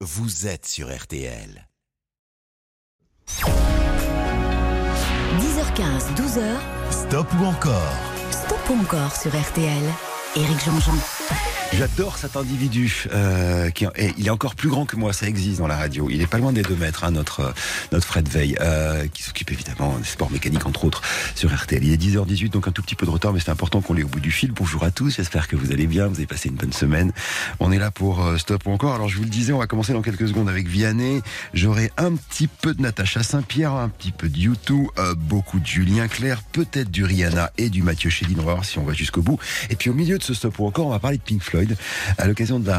vous êtes sur RTL. 10h15, 12h. Stop ou encore? Stop ou encore sur RTL. Éric Jean-Jean. J'adore cet individu. Il est encore plus grand que moi, ça existe dans la radio. Il est pas loin des 2 mètres, hein, notre Fred Veil, qui s'occupe évidemment des sports mécaniques, entre autres, sur RTL. Il est 10h18, donc un tout petit peu de retard, mais c'est important qu'on l'ait au bout du fil. Bonjour à tous, j'espère que vous allez bien, vous avez passé une bonne semaine. On est là pour Stop ou encore. Alors je vous le disais, on va commencer dans quelques secondes avec Vianney. J'aurai un petit peu de Natacha Saint-Pierre, un petit peu de U2, beaucoup de Julien Clerc, peut-être du Rihanna et du Mathieu Chédid. On va voir si on va jusqu'au bout. Et puis au milieu de ce Stop ou encore, on va parler de Pink Floyd à l'occasion de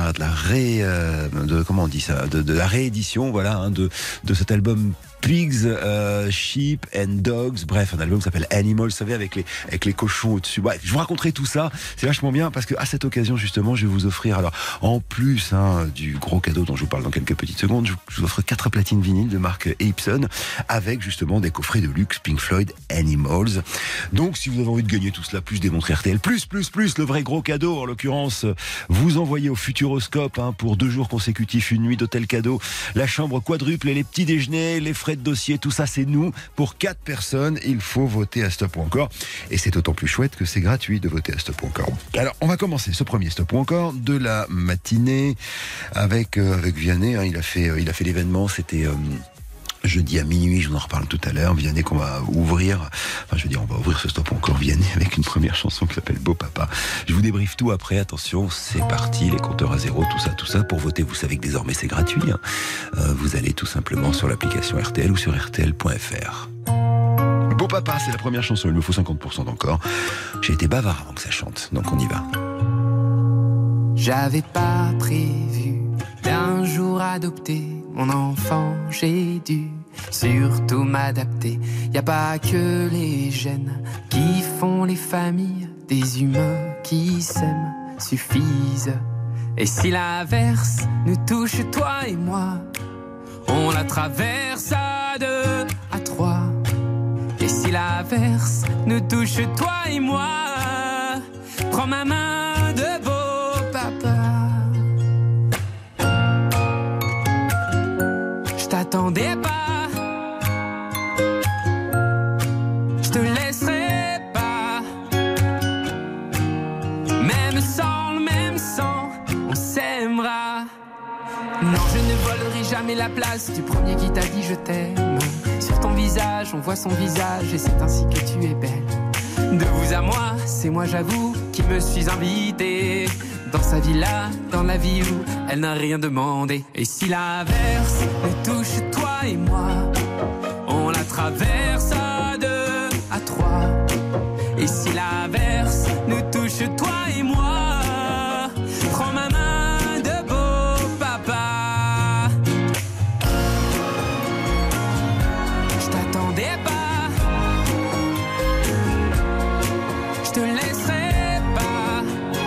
la réédition, voilà, hein, de cet album Pigs, Sheep and Dogs, bref, un album qui s'appelle Animals, vous savez, avec les cochons au-dessus. Bref, je vous raconterai tout ça, c'est vachement bien, parce qu'à cette occasion, justement, je vais vous offrir, alors, en plus du gros cadeau dont je vous parle dans quelques petites secondes, je vous offre 4 platines vinyles de marque Epson, avec justement des coffrets de luxe Pink Floyd Animals. Donc, si vous avez envie de gagner tout cela, plus des montres RTL, plus, le vrai gros cadeau, en l'occurrence, vous envoyez au Futuroscope, hein, pour 2 jours consécutifs, une nuit d'hôtel cadeau, la chambre quadruple et les petits déjeuners, les frais de dossier, tout ça c'est nous, pour 4 personnes. Il faut voter à Stop ou encore, et c'est d'autant plus chouette que c'est gratuit de voter à Stop ou encore. Alors on va commencer ce premier Stop ou encore de la matinée avec Vianney, hein. Il a fait l'événement, c'était jeudi à minuit, je vous en reparle tout à l'heure. Vianney qu'on va ouvrir, on va ouvrir ce Stop ou encore Vianney avec une première chanson qui s'appelle Beau Papa. Je vous débriefe tout après, attention, c'est parti, les compteurs à zéro, tout ça. Pour voter, vous savez que désormais c'est gratuit, hein. Vous allez tout simplement sur l'application RTL ou sur rtl.fr. Beau Papa, c'est la première chanson, il me faut 50% d'encore. J'ai été bavard avant que ça chante, donc on y va. J'avais pas prévu d'un jour adopter mon enfant, j'ai dû surtout m'adapter. Y a pas que les gènes qui font les familles, des humains qui s'aiment suffisent. Et si l'averse nous touche, toi et moi, on la traverse à 2, à 3. Et si l'averse nous touche, toi et moi, prends ma main de beau papa. Je t'attendais pas, je te laisserai pas. Même sans le même sang, on s'aimera. Non, je ne volerai jamais la place du premier qui t'a dit je t'aime. Sur ton visage, on voit son visage et c'est ainsi que tu es belle. De vous à moi, c'est moi j'avoue qui me suis invité dans sa villa, dans la vie où elle n'a rien demandé. Et si l'averse nous touche, toi et moi, on la traverse à 2, à 3. Et si l'averse nous touche, toi et moi, prends ma main de beau papa. Je t'attendais pas, je te laisserai pas.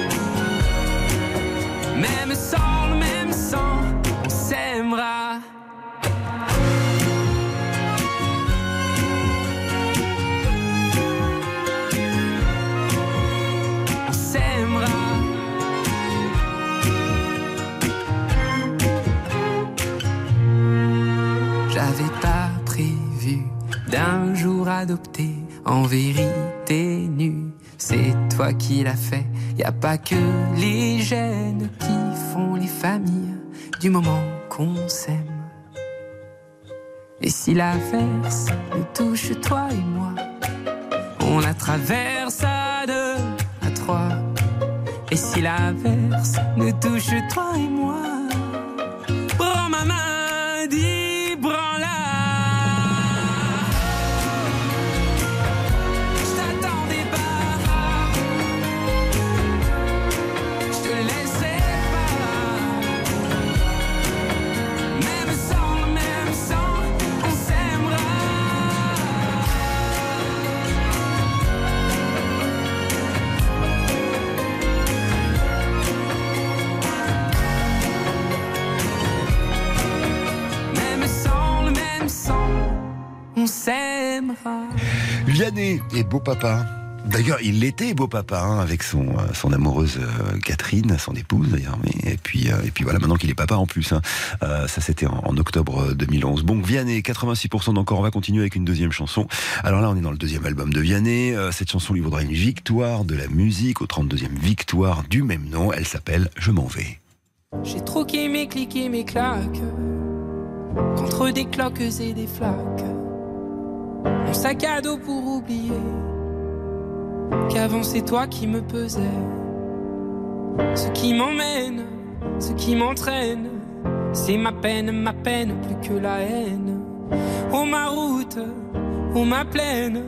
Même sans le même sang, on s'aimera. On s'aimera. J'avais pas prévu d'un jour adopter en vérité nue. C'est toi qui l'as fait. Y a pas que les gènes qui font les familles du moment qu'on s'aime. Et si l'averse nous touche, toi et moi, on la traverse à 2, à 3. Et si l'averse nous touche, toi et moi, prends ma main, dis branle-la. On s'aimera. Vianney et Beau Papa. D'ailleurs, il l'était, beau papa, hein, avec son amoureuse Catherine, son épouse d'ailleurs. Et puis voilà, maintenant qu'il est papa en plus. Hein. Ça, c'était en octobre 2011. Bon, Vianney, 86% d'encore. On va continuer avec une deuxième chanson. Alors là, on est dans le deuxième album de Vianney. Cette chanson lui vaudra une victoire de la musique, au 32e victoire du même nom. Elle s'appelle Je m'en vais. J'ai troqué mes clics et mes claques contre des cloques et des flaques. Mon sac à dos pour oublier qu'avant c'est toi qui me pesais. Ce qui m'emmène, ce qui m'entraîne, c'est ma peine plus que la haine. Oh ma route, oh ma plaine,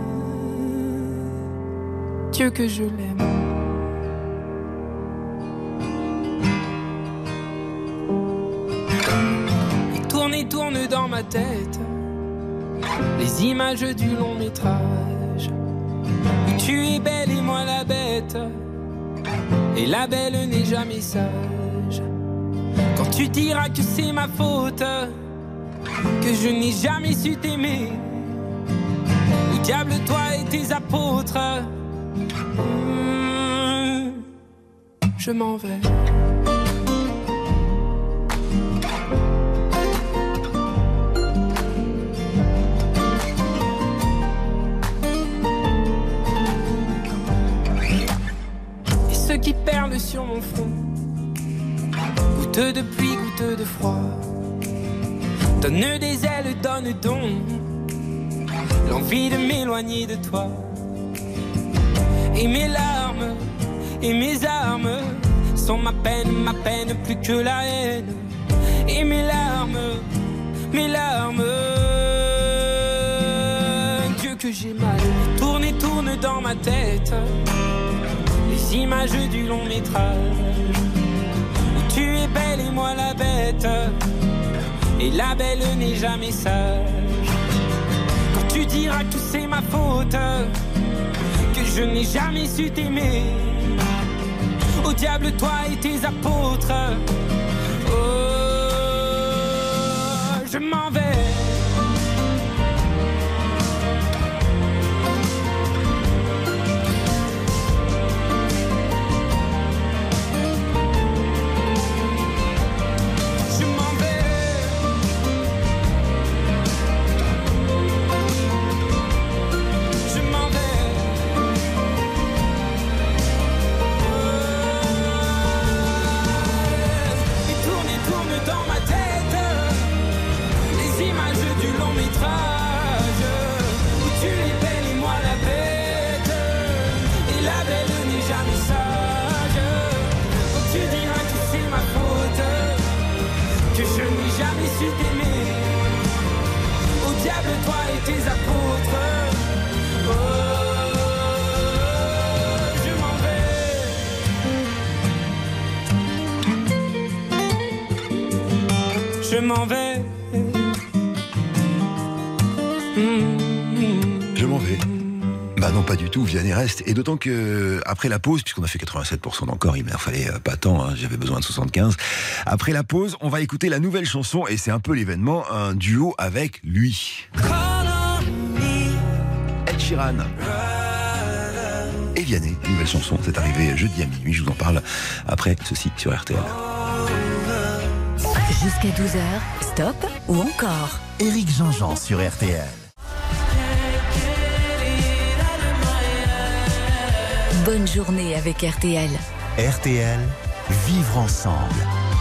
Dieu que je l'aime. Et tourne dans ma tête les images du long métrage où tu es belle et moi la bête, et la belle n'est jamais sage. Quand tu diras que c'est ma faute, que je n'ai jamais su t'aimer, au diable toi et tes apôtres, je m'en vais. Qui perlent sur mon front, goutte de pluie, goutte de froid, donne des ailes, donne donc l'envie de m'éloigner de toi. Et mes larmes et mes armes sont ma peine plus que la haine. Et mes larmes, Dieu que j'ai mal. Tourne dans ma tête les images du long métrage où tu es belle et moi la bête, et la belle n'est jamais sage. Quand tu diras que c'est ma faute, que je n'ai jamais su t'aimer, au diable toi et tes apôtres, oh, je m'en vais. Je m'en vais. Je m'en vais. Bah non, pas du tout, Vianney reste. Et d'autant que après la pause, puisqu'on a fait 87% d'encore, il m'en fallait pas tant, hein, j'avais besoin de 75. Après la pause, on va écouter la nouvelle chanson, et c'est un peu l'événement, un duo avec lui. Ed Sheeran et Vianney, nouvelle chanson, c'est arrivé jeudi à minuit, je vous en parle après ceci sur RTL. Jusqu'à 12h, stop ou encore Éric Jean-Jean sur RTL. Bonne journée avec RTL. RTL, vivre ensemble.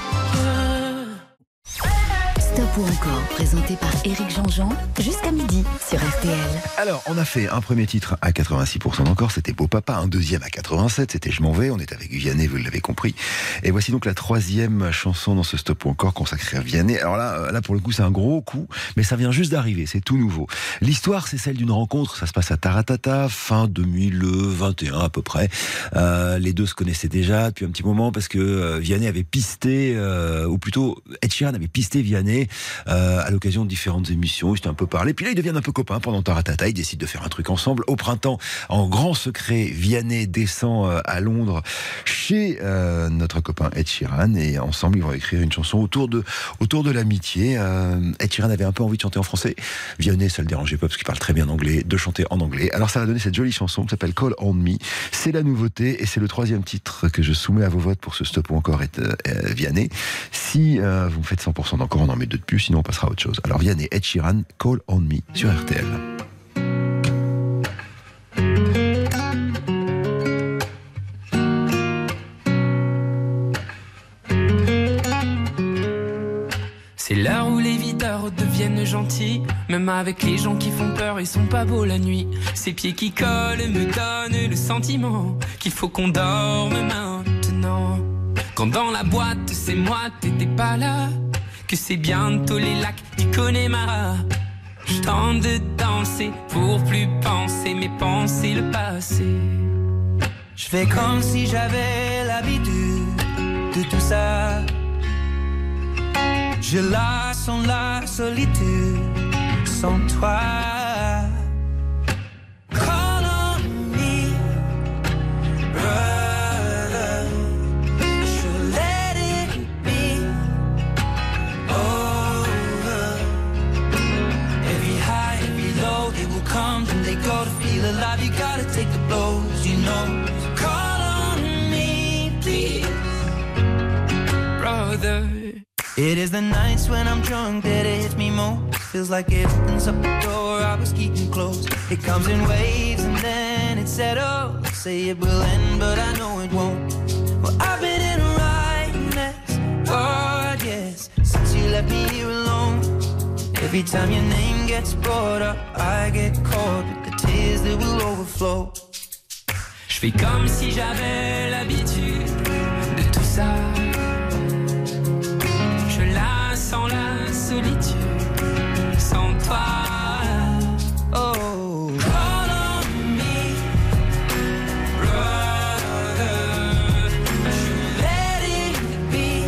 Stop ou encore, présenté par Éric Jean-Jean, jusqu'à midi sur RTL. Alors, on a fait un premier titre à 86% d'encore, c'était Beau Papa, un deuxième à 87%, c'était Je m'en vais, on est avec Vianney, vous l'avez compris. Et voici donc la troisième chanson dans ce Stop ou encore consacrée à Vianney. Alors là pour le coup, c'est un gros coup, mais ça vient juste d'arriver, c'est tout nouveau. L'histoire, c'est celle d'une rencontre, ça se passe à Taratata, fin 2021 à peu près. Les deux se connaissaient déjà depuis un petit moment parce que Vianney avait pisté, ou plutôt Ed Sheeran avait pisté Vianney Vianney à l'occasion de différentes émissions. Ils s'étaient un peu parlé. Puis là, ils deviennent un peu copains pendant Taratata. Ils décident de faire un truc ensemble. Au printemps, en grand secret, Vianney descend à Londres chez notre copain Ed Sheeran. Et ensemble, ils vont écrire une chanson autour de l'amitié. Ed Sheeran avait un peu envie de chanter en français. Vianney, ça le dérangeait pas parce qu'il parle très bien anglais, de chanter en anglais. Alors ça va donner cette jolie chanson qui s'appelle Call on Me. C'est la nouveauté et c'est le 3e titre que je soumets à vos votes pour ce Stop ou encore Vianney. Si vous me faites 100% d'encore, on en met 2 de plus, sinon on passera à autre chose. Alors Vianney, Ed Sheeran, Call on Me sur RTL. C'est l'heure où les videurs deviennent gentils. Même avec les gens qui font peur, ils sont pas beaux la nuit. Ces pieds qui collent me donnent le sentiment qu'il faut qu'on dorme maintenant. Quand dans la boîte, c'est moi, t'étais pas là. Que c'est bientôt les lacs du Connemara. Je tente de danser pour plus penser, mais penser le passé. Je fais comme si j'avais l'habitude de tout ça. Je la sens la solitude sans toi. Call on me, brother. Should let it be over. Every high, every low, they will come and they go. To feel alive, you gotta take the blows, you know. Call on me, please, brother. It is the nights when I'm drunk that it hits me most. Feels like it opens up the door I was keeping closed. It comes in waves and then it settles. Say it will end, but I know it won't. Well, I've been in a right mess, God, yes, since you left me here alone. Every time your name gets brought up, I get caught with the tears that will overflow. Je fais comme si j'avais l'habitude de tout ça. Sans la solitude, sans toi. Oh, call on me, brother. Should let it be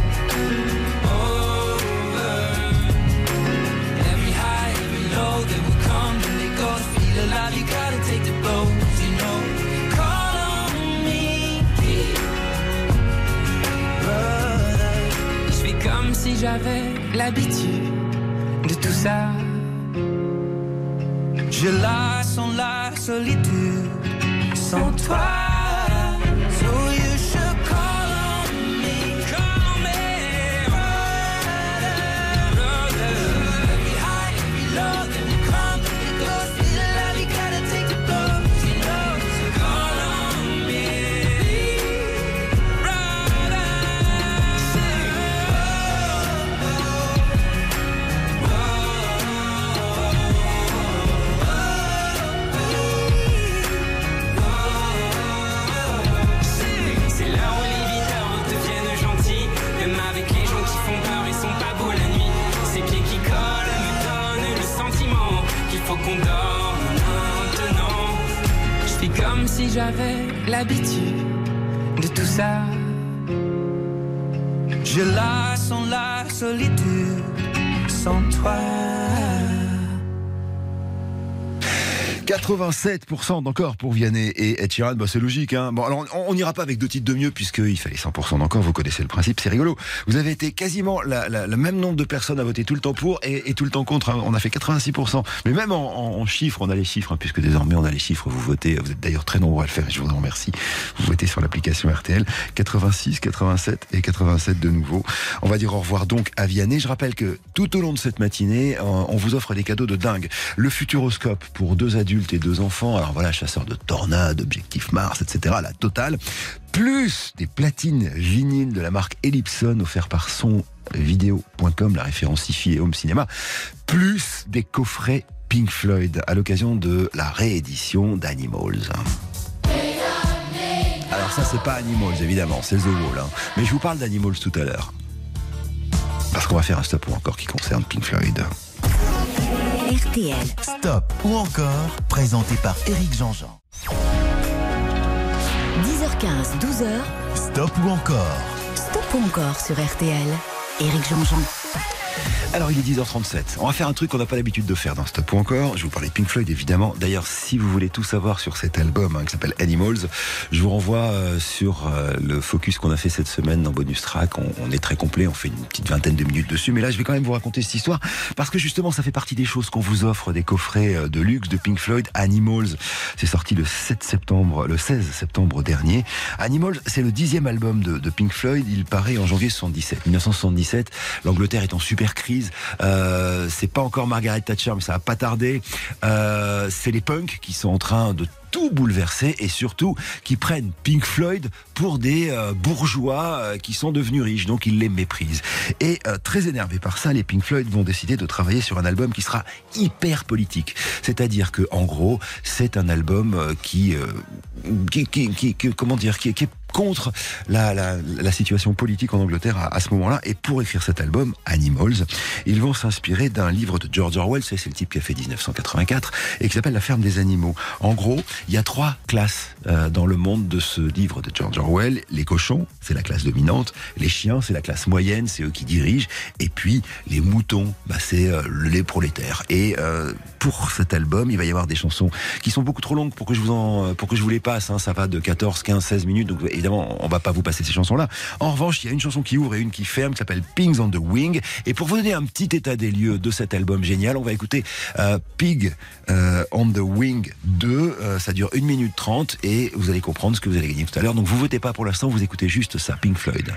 over. Every high, every low, they will come and they go. To feel alive, you gotta take the blows, you know. Call on me, brother. Je fais comme si j'avais l'habitude de tout ça. je la sens la solitude sans toi. So you should call on me, brother. Every high, every low, then we come, it goes, feel alive, you gotta take the blows, you know. So call on me, brother. C'est là où les videurs deviennent gentils. Même avec les gens qui font peur, ils sont pas beaux la nuit. Ces pieds qui collent me donnent le sentiment qu'il faut qu'on dorme maintenant. Je fais comme si j'avais l'habitude de tout ça. Je la sens la solitude sans toi. 87% d'encore pour Vianney et Ed Sheeran, bah c'est logique, hein. Bon, alors on n'ira pas avec 2 titres de mieux puisqu'il fallait 100% d'encore, vous connaissez le principe, c'est rigolo. Vous avez été quasiment le même nombre de personnes à voter tout le temps pour et tout le temps contre, hein. On a fait 86%. Mais même en chiffres, on a les chiffres, hein, puisque désormais on a les chiffres, vous votez, vous êtes d'ailleurs très nombreux à le faire et je vous en remercie. Vous votez sur l'application RTL, 86, 87 et 87 de nouveau. On va dire au revoir donc à Vianney. Je rappelle que tout au long de cette matinée, on vous offre des cadeaux de dingue. Le Futuroscope pour 2 adultes et 2 enfants. Alors voilà, chasseurs de tornades, objectif Mars, etc. La totale. Plus des platines vinyles de la marque Ellipson offerts par sonvideo.com, la référence hi-fi et home cinéma. Plus des coffrets Pink Floyd à l'occasion de la réédition d'Animals. Alors ça, c'est pas Animals, évidemment, c'est The Wall, hein. Mais je vous parle d'Animals tout à l'heure. Parce qu'on va faire un stop ou encore qui concerne Pink Floyd. RTL. Stop ou encore, présenté par Éric Jean-Jean. 10h15, 12h. Stop ou encore. Stop ou encore sur RTL. Éric Jean-Jean. Alors il est 10h37, on va faire un truc qu'on n'a pas l'habitude de faire dans Stop ou Encore. Je vais vous parler de Pink Floyd évidemment. D'ailleurs si vous voulez tout savoir sur cet album qui s'appelle Animals, je vous renvoie sur le focus qu'on a fait cette semaine dans Bonus Track. On est très complet, on fait une petite vingtaine de minutes dessus, mais là je vais quand même vous raconter cette histoire parce que justement ça fait partie des choses qu'on vous offre, des coffrets de luxe de Pink Floyd. Animals, c'est sorti le 16 septembre dernier. Animals, c'est le 10e album de Pink Floyd, il paraît en janvier 1977, l'Angleterre est en super crise. C'est pas encore Margaret Thatcher, mais ça va pas tarder. C'est les punks qui sont en train de tout bouleverser et surtout qui prennent Pink Floyd pour des bourgeois qui sont devenus riches, donc ils les méprisent. Et très énervés par ça, les Pink Floyd vont décider de travailler sur un album qui sera hyper politique. C'est-à-dire que en gros, c'est un album qui est contre la situation politique en Angleterre à ce moment-là. Et pour écrire cet album, Animals, ils vont s'inspirer d'un livre de George Orwell, c'est le type qui a fait 1984, et qui s'appelle La ferme des animaux. En gros, il y a 3 classes dans le monde de ce livre de George Orwell. Les cochons, c'est la classe dominante. Les chiens, c'est la classe moyenne, c'est eux qui dirigent. Et puis, les moutons, c'est les prolétaires. Et pour cet album, il va y avoir des chansons qui sont beaucoup trop longues pour que je vous les passe. Ça va de 14, 15, 16 minutes. Donc, évidemment, on va pas vous passer ces chansons-là. En revanche, il y a une chanson qui ouvre et une qui ferme, qui s'appelle Pigs on the Wing. Et pour vous donner un petit état des lieux de cet album génial, on va écouter Pig on the Wing 2. Ça dure 1 minute 30 et vous allez comprendre ce que vous allez gagner tout à l'heure. Donc vous votez pas pour l'instant, vous écoutez juste ça, Pink Floyd.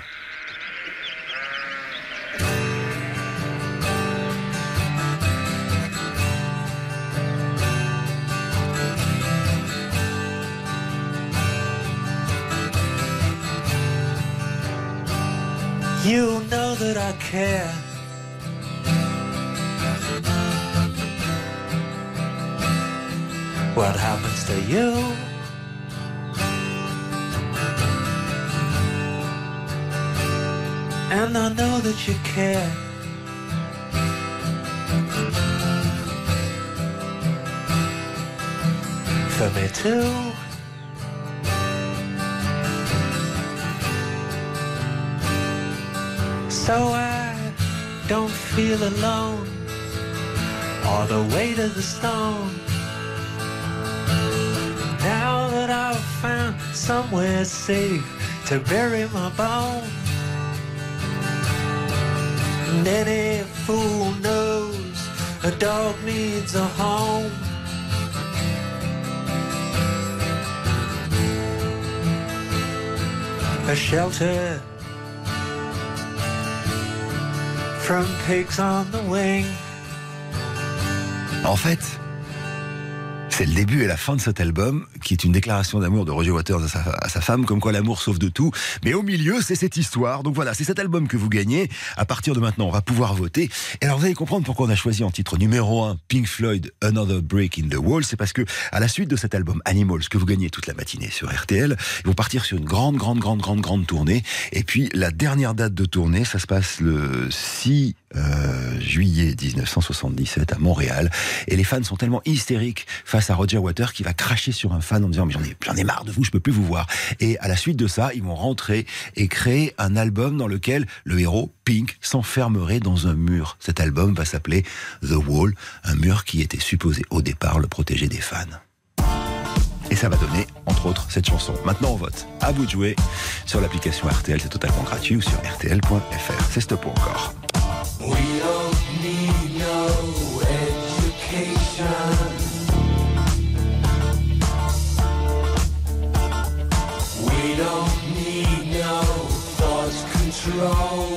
You know that I care. What happens to you? And I know that you care. For me too. So I don't feel alone, or the weight of the stone. Now that I've found somewhere safe to bury my bone. And any fool knows a dog needs a home. A shelter from pigs on the wing. En fait, c'est le début et la fin de cet album qui est une déclaration d'amour de Roger Waters à sa femme, comme quoi l'amour sauve de tout. Mais au milieu, c'est cette histoire. Donc voilà, c'est cet album que vous gagnez. À partir de maintenant, on va pouvoir voter. Et alors vous allez comprendre pourquoi on a choisi en titre numéro 1 Pink Floyd, Another Brick in the Wall. C'est parce que à la suite de cet album Animals que vous gagnez toute la matinée sur RTL, ils vont partir sur une grande tournée. Et puis la dernière date de tournée, ça se passe le 6 juillet 1977 à Montréal. Et les fans sont tellement hystériques face à Roger Waters qui va cracher sur un fan en disant mais j'en ai marre de vous, je peux plus vous voir. Et à la suite de ça, ils vont rentrer et créer un album dans lequel le héros Pink s'enfermerait dans un mur. Cet album va s'appeler The Wall, un mur qui était supposé au départ le protéger des fans. Et ça va donner, entre autres, cette chanson. Maintenant, on vote. À vous de jouer sur l'application RTL, c'est totalement gratuit, ou sur rtl.fr. C'est Stop ou Encore. We don't need no education. We don't need no thought control.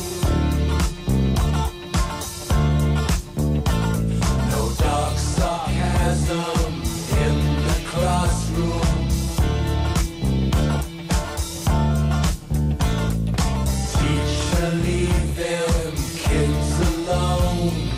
No dark sarcasm in the classroom. Teacher, leave them kids alone.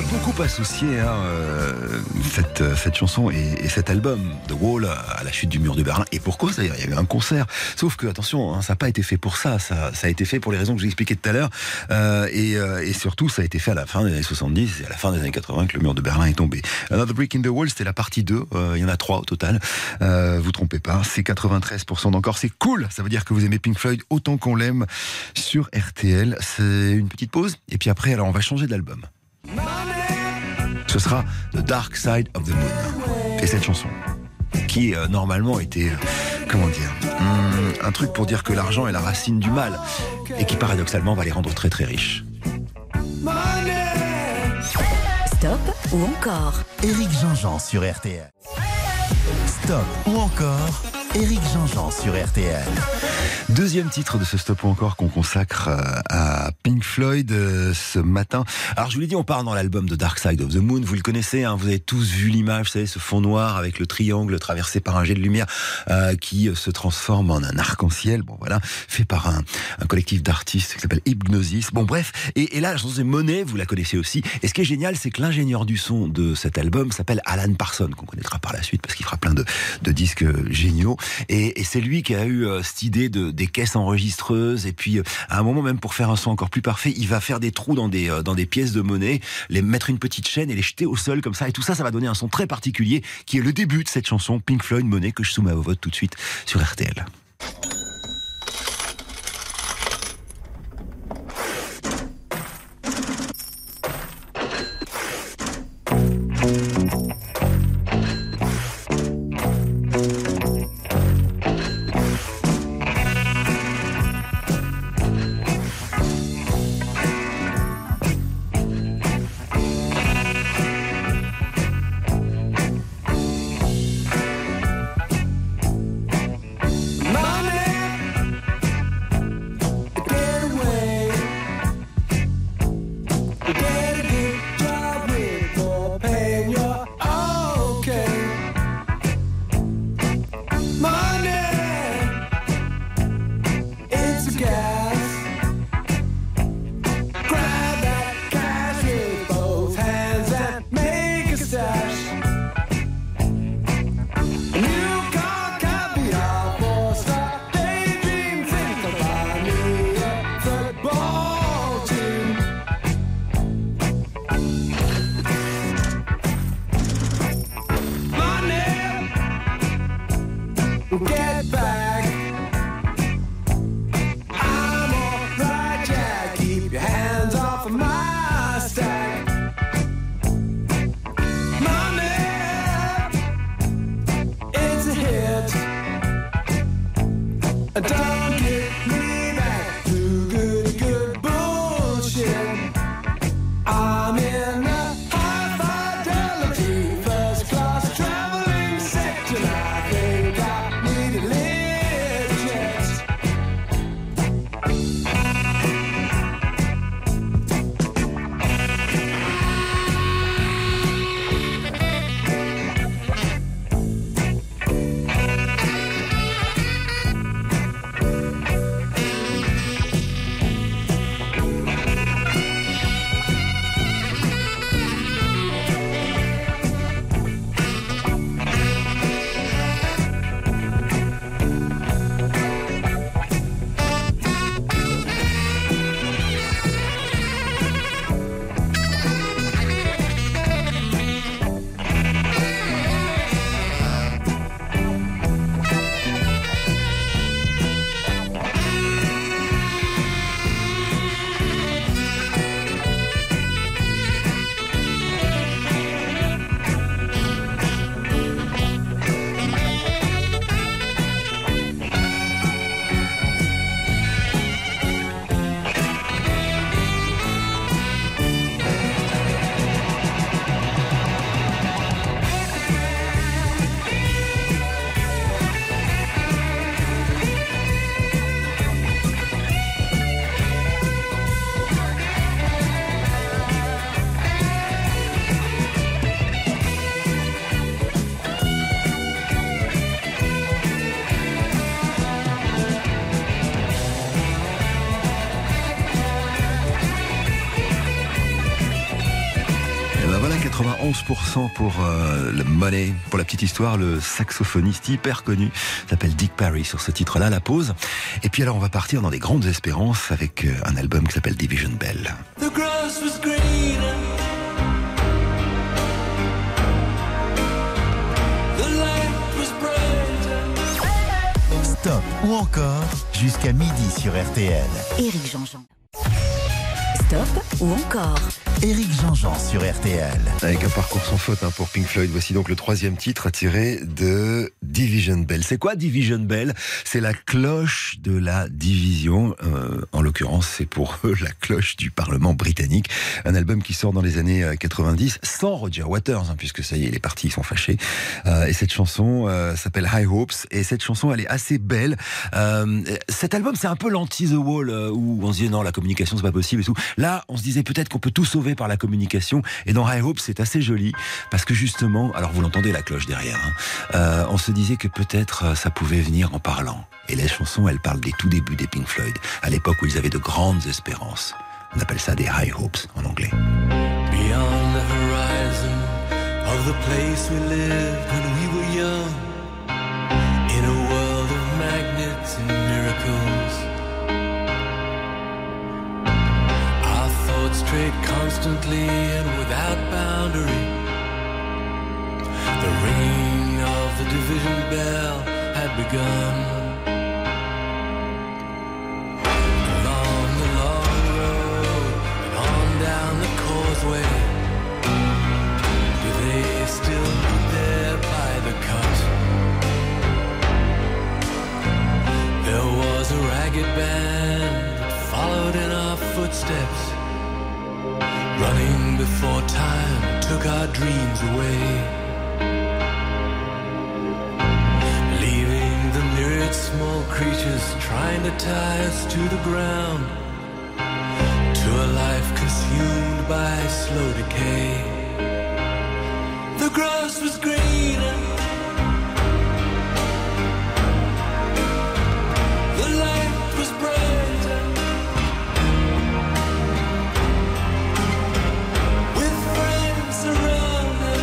beaucoup associé cette chanson et cet album The Wall à la chute du mur de Berlin. Et pour cause, d'ailleurs, il y a eu un concert. Sauf que, attention, ça n'a pas été fait pour ça. Ça a été fait pour les raisons que j'ai expliquées tout à l'heure. Et surtout, ça a été fait à la fin des années 70 et à la fin des années 80 que le mur de Berlin est tombé. Another Brick in the Wall, c'était la partie 2. Il y en a 3 au total. Vous trompez pas. C'est 93% d'encore. C'est cool. Ça veut dire que vous aimez Pink Floyd autant qu'on l'aime sur RTL. C'est une petite pause. Et puis après, alors, on va changer d'album. Ce sera The Dark Side of the Moon. Et cette chanson, qui normalement était, un truc pour dire que l'argent est la racine du mal, et qui paradoxalement va les rendre très très riches. Stop ou encore Éric Jean-Jean sur RTL. Stop ou encore Éric Jean-Jean sur RTL. Deuxième titre de ce Stop ou encore qu'on consacre à Pink Floyd ce matin. Alors je vous l'ai dit, on part dans l'album de Dark Side of the Moon. Vous le connaissez, vous avez tous vu l'image, vous savez, ce fond noir avec le triangle traversé par un jet de lumière qui se transforme en un arc-en-ciel. Bon voilà, fait par un collectif d'artistes qui s'appelle Hypnosis. Bon bref, et là la chanson c'est Money, vous la connaissez aussi. Et ce qui est génial, c'est que l'ingénieur du son de cet album s'appelle Alan Parsons, qu'on connaîtra par la suite parce qu'il fera plein de disques géniaux. Et c'est lui qui a eu cette idée des caisses enregistreuses, et puis à un moment même pour faire un son encore plus parfait, il va faire des trous dans des pièces de monnaie, les mettre une petite chaîne et les jeter au sol comme ça, et tout ça va donner un son très particulier qui est le début de cette chanson Pink Floyd Money que je soumets à vos votes tout de suite sur RTL. Money 91% pour le Money. Pour la petite histoire, le saxophoniste hyper connu s'appelle Dick Parry sur ce titre-là, La Pause. Et puis alors on va partir dans des grandes espérances avec un album qui s'appelle Division Bell. The grass was green. The light was bright. Stop ou encore jusqu'à midi sur RTL. Éric Jean-Jean. Stop ou encore Éric Jean-Jean sur RTL. Avec un parcours sans faute pour Pink Floyd. Voici donc le 3e titre tiré de Division Bell. C'est quoi Division Bell ? C'est la cloche de la division. En l'occurrence, c'est pour eux la cloche du Parlement britannique. Un album qui sort dans les années 90 sans Roger Waters, puisque ça y est, les partis ils sont fâchés. Et cette chanson s'appelle High Hopes. Et cette chanson, elle est assez belle. Cet album, c'est un peu l'anti-The Wall, où on se disait non, la communication, c'est pas possible et tout. Là, on se disait peut-être qu'on peut tout sauver par la communication. Et dans High Hopes, c'est assez joli parce que justement, alors vous l'entendez la cloche derrière, on se disait que peut-être ça pouvait venir en parlant. Et la chanson, elle parle des tout débuts des Pink Floyd, à l'époque où ils avaient de grandes espérances. On appelle ça des High Hopes en anglais. Beyond the horizon of the place we lived when we were young, in a world of magnets and miracles, our thoughts strayed constantly and without boundary. The ringing of the division bell had begun. Along the long road and on down the causeway, do they still meet there by the cut? There was a ragged band that followed in our footsteps, running before time took our dreams away, leaving the myriad small creatures trying to tie us to the ground, to a life consumed by slow decay. The grass was greener, the light was brighter, with friends around it.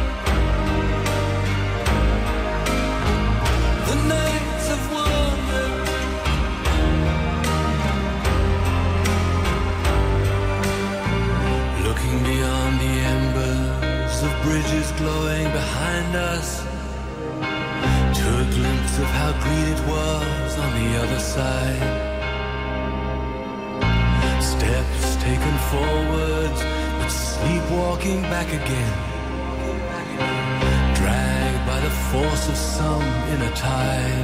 The nights of wonder, looking beyond the embers of bridges glowing behind us, to a glimpse of how green it was on the other side. Steps taken forwards, but sleepwalking back again, dragged by the force of some inner tide.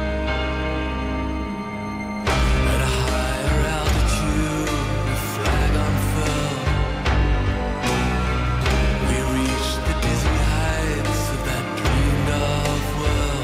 At a higher altitude, the flag unfurled, we reached the dizzy heights of that dreamed of world.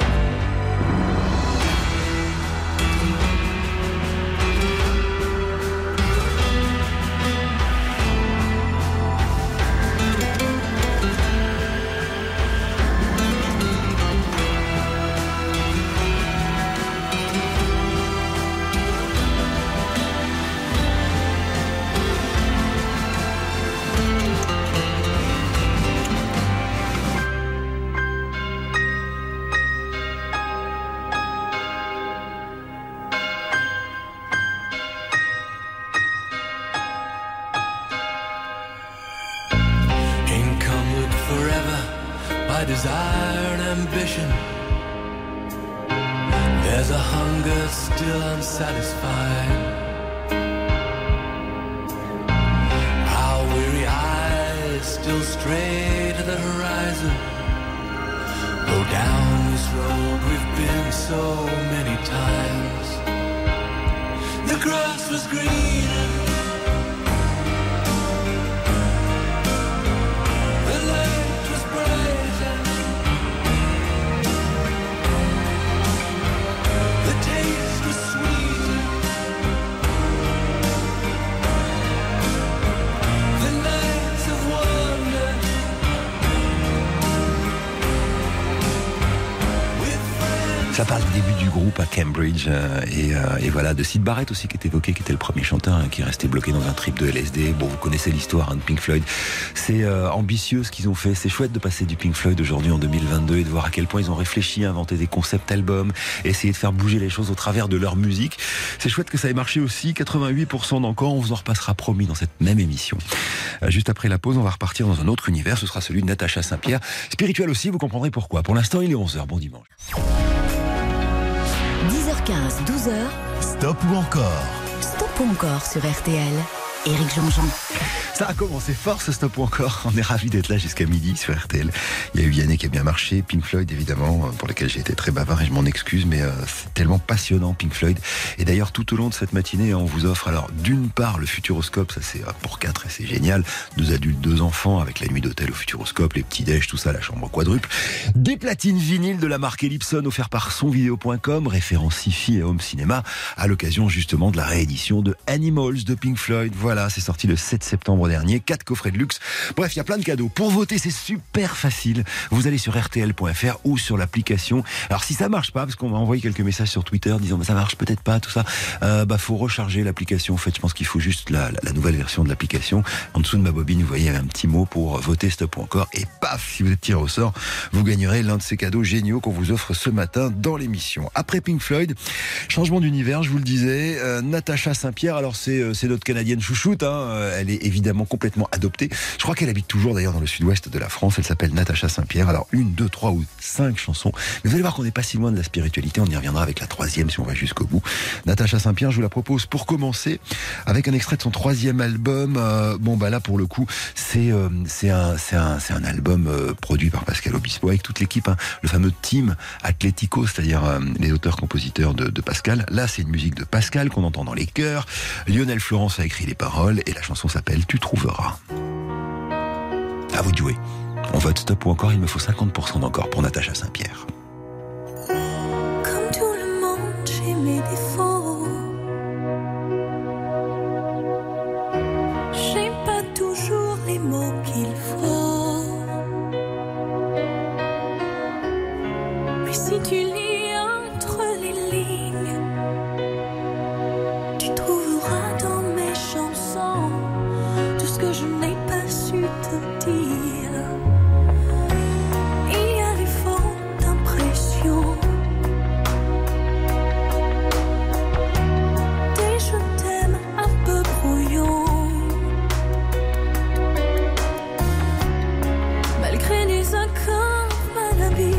Encumbered forever by desire and ambition, there's a hunger still unsatisfied. Our weary eyes still stray to the horizon, though down this road we've been so many times. The grass was greener, the light was brighter, the taste was sweeter, the nights of wonder, with friends Ça parle du début du groupe à Cambridge et voilà, de Syd Barrett aussi qui est évoqué, qui était le premier chanteur qui est resté bloqué dans un trip de LSD. Bon, vous connaissez l'histoire de Pink Floyd. C'est ambitieux ce qu'ils ont fait. C'est chouette de passer du Pink Floyd aujourd'hui en 2022 et de voir à quel point ils ont réfléchi à inventer des concepts albums, essayer de faire bouger les choses au travers de leur musique. C'est chouette que ça ait marché aussi. 88% d'encore. On vous en repassera promis dans cette même émission. Juste après la pause, on va repartir dans un autre univers. Ce sera celui de Natacha Saint-Pierre. Spirituel aussi, vous comprendrez pourquoi. Pour l'instant, il est 11h. Bon dimanche. 10h15, 12h. Stop ou encore? Stop ou encore sur RTL. Éric Jean-Jean. Ça a commencé fort ce Stop ou encore. On est ravis d'être là jusqu'à midi sur RTL. Il y a eu Yannick qui a bien marché, Pink Floyd évidemment, pour lequel j'ai été très bavard et je m'en excuse, mais c'est tellement passionnant Pink Floyd. Et d'ailleurs tout au long de cette matinée, on vous offre alors d'une part le Futuroscope, ça c'est pour 4 et c'est génial. 2 adultes, 2 enfants avec la nuit d'hôtel au Futuroscope, les petits déj, tout ça, la chambre quadruple. Des platines vinyles de la marque Ellipson offerts par sonvideo.com, référent sci-fi et home cinéma, à l'occasion justement de la réédition de Animals de Pink Floyd. Voilà, c'est sorti le 7 septembre dernier, 4 coffrets de luxe. Bref, il y a plein de cadeaux. Pour voter, c'est super facile. Vous allez sur rtl.fr ou sur l'application. Alors si ça marche pas, parce qu'on m'a envoyé quelques messages sur Twitter disant ça marche peut-être pas, tout ça, faut recharger l'application. En fait, je pense qu'il faut juste la nouvelle version de l'application. En dessous de ma bobine, vous voyez, il y avait un petit mot pour voter Stop ou encore. Et paf, si vous êtes tiré au sort, vous gagnerez l'un de ces cadeaux géniaux qu'on vous offre ce matin dans l'émission. Après Pink Floyd, changement d'univers, je vous le disais, Natacha Saint-Pierre. Alors c'est notre Canadienne chouchoute, hein. Elle est évidemment complètement adoptée. Je crois qu'elle habite toujours d'ailleurs dans le sud-ouest de la France. Elle s'appelle Natacha Saint-Pierre. Alors 1, 2, 3 ou 5 chansons. Mais vous allez voir qu'on n'est pas si loin de la spiritualité. On y reviendra avec la 3e si on va jusqu'au bout. Natacha Saint-Pierre, je vous la propose pour commencer avec un extrait de son 3e album. Là pour le coup, c'est un album produit par Pascal Obispo avec toute l'équipe, hein, le fameux team Atlético, c'est-à-dire les auteurs-compositeurs de Pascal. Là, c'est une musique de Pascal qu'on entend dans les chœurs. Lionel Florence a écrit les paroles et la chanson s'appelle Tu trouveras. À vous de jouer. On vote Stop ou encore, il me faut 50% d'encore pour Natacha Saint-Pierre. Comme tout le monde, j'ai mes défauts. J'ai pas toujours les mots qu'il faut. Mais si tu lis entre les lignes, tu trouveras dans mes chansons tout ce que je n'ai pas su te dire. Il y a des fautes d'impression, des je t'aime un peu brouillons, malgré des accords malhabiles.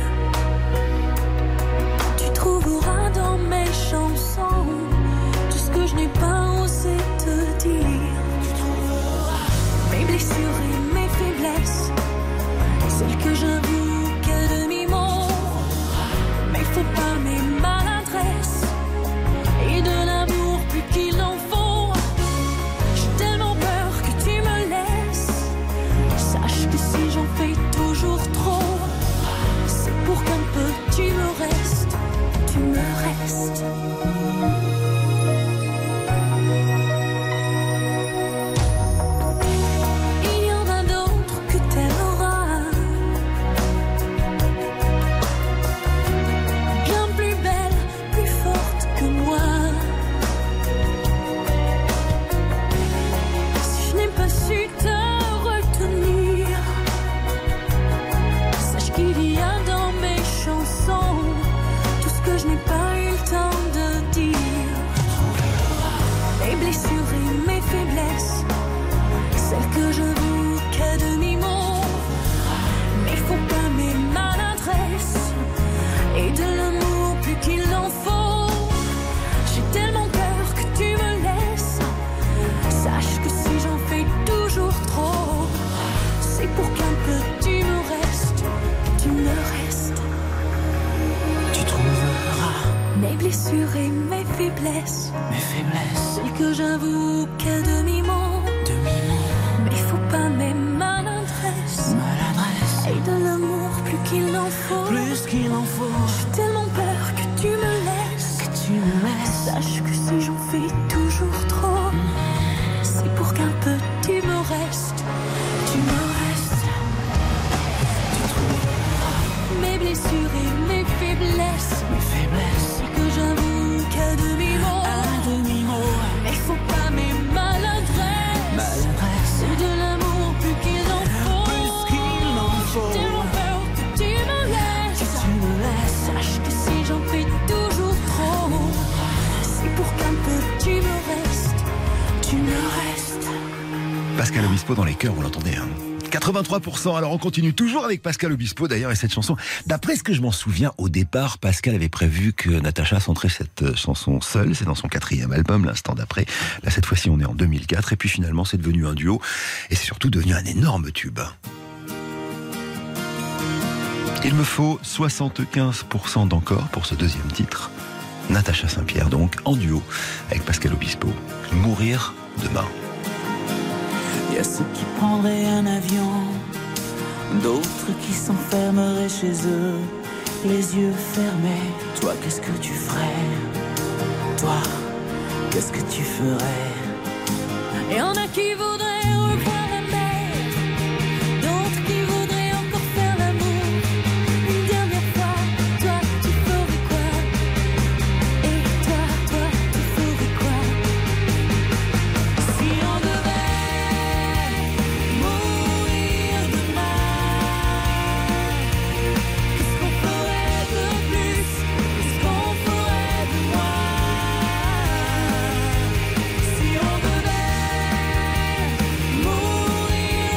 Tu trouveras dans mes chansons tout ce que je n'ai pas osé te dire. Mes blessures et mes faiblesses, celles que j'avoue qu'à demi-mot. Mais faut pas mes maladresses et de l'amour plus qu'il en faut. J'ai tellement peur que tu me laisses. Sache que si j'en fais toujours trop, c'est pour qu'un peu tu me restes, tu me restes. Et mes faiblesses, celles que j'avoue qu'à demi-mot. Mais faut pas mes maladresses, et de l'amour plus qu'il en faut. J'ai tellement peur que tu me laisses, sache que si j'en fais toujours trop, c'est pour qu'un peu tu me restes, tu me restes. Tu trouveras mes blessures et mes faiblesses, Obispo dans les cœurs, vous l'entendez, hein. 83%. Alors on continue toujours avec Pascal Obispo d'ailleurs, et cette chanson, d'après ce que je m'en souviens, au départ Pascal avait prévu que Natacha chanterait cette chanson seule. C'est dans son 4e album, l'instant d'après. Là cette fois-ci on est en 2004, et puis finalement c'est devenu un duo, et c'est surtout devenu un énorme tube. Il me faut 75% d'encore pour ce deuxième titre. Natacha Saint-Pierre donc, en duo avec Pascal Obispo. Mourir demain. Il y a ceux qui prendraient un avion, d'autres qui s'enfermeraient chez eux, les yeux fermés. Toi, qu'est-ce que tu ferais? Toi, qu'est-ce que tu ferais? Et y'en a qui voudraient revoir la mer, d'autres qui voudraient encore faire l'amour une dernière fois. Toi, tu ferais quoi? Et toi, tu ferais quoi? Si on devait mourir demain, qu'est-ce qu'on ferait de plus? Qu'est-ce qu'on ferait de moins? Si on devait mourir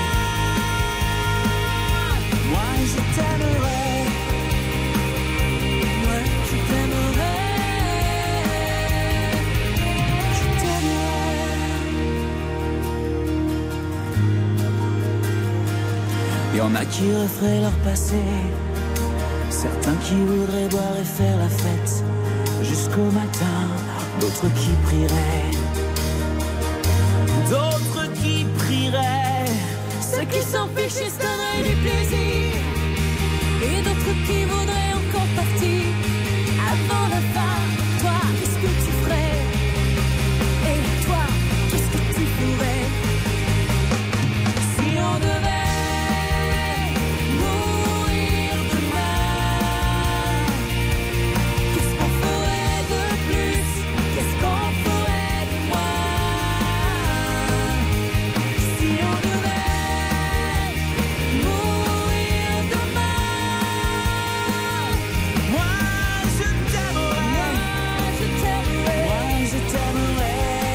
demain, moi je t'aimerais, moi je t'aimerais. Y en a qui referaient leur passé, certains qui voudraient boire et faire la fête jusqu'au matin, d'autres qui prieraient, d'autres qui prieraient. Ceux qui s'en fichent et se donneraient du plaisir, et d'autres qui voudraient encore partir avant la fin. Toi, qu'est-ce que tu ferais? Et toi, qu'est-ce que tu ferais? Si on devait mourir demain, qu'est-ce qu'on ferait de plus? Qu'est-ce qu'on ferait de moins? Si on devait mourir demain, Moi je t'aimerais, je t'aimerais, moi je t'aimerais.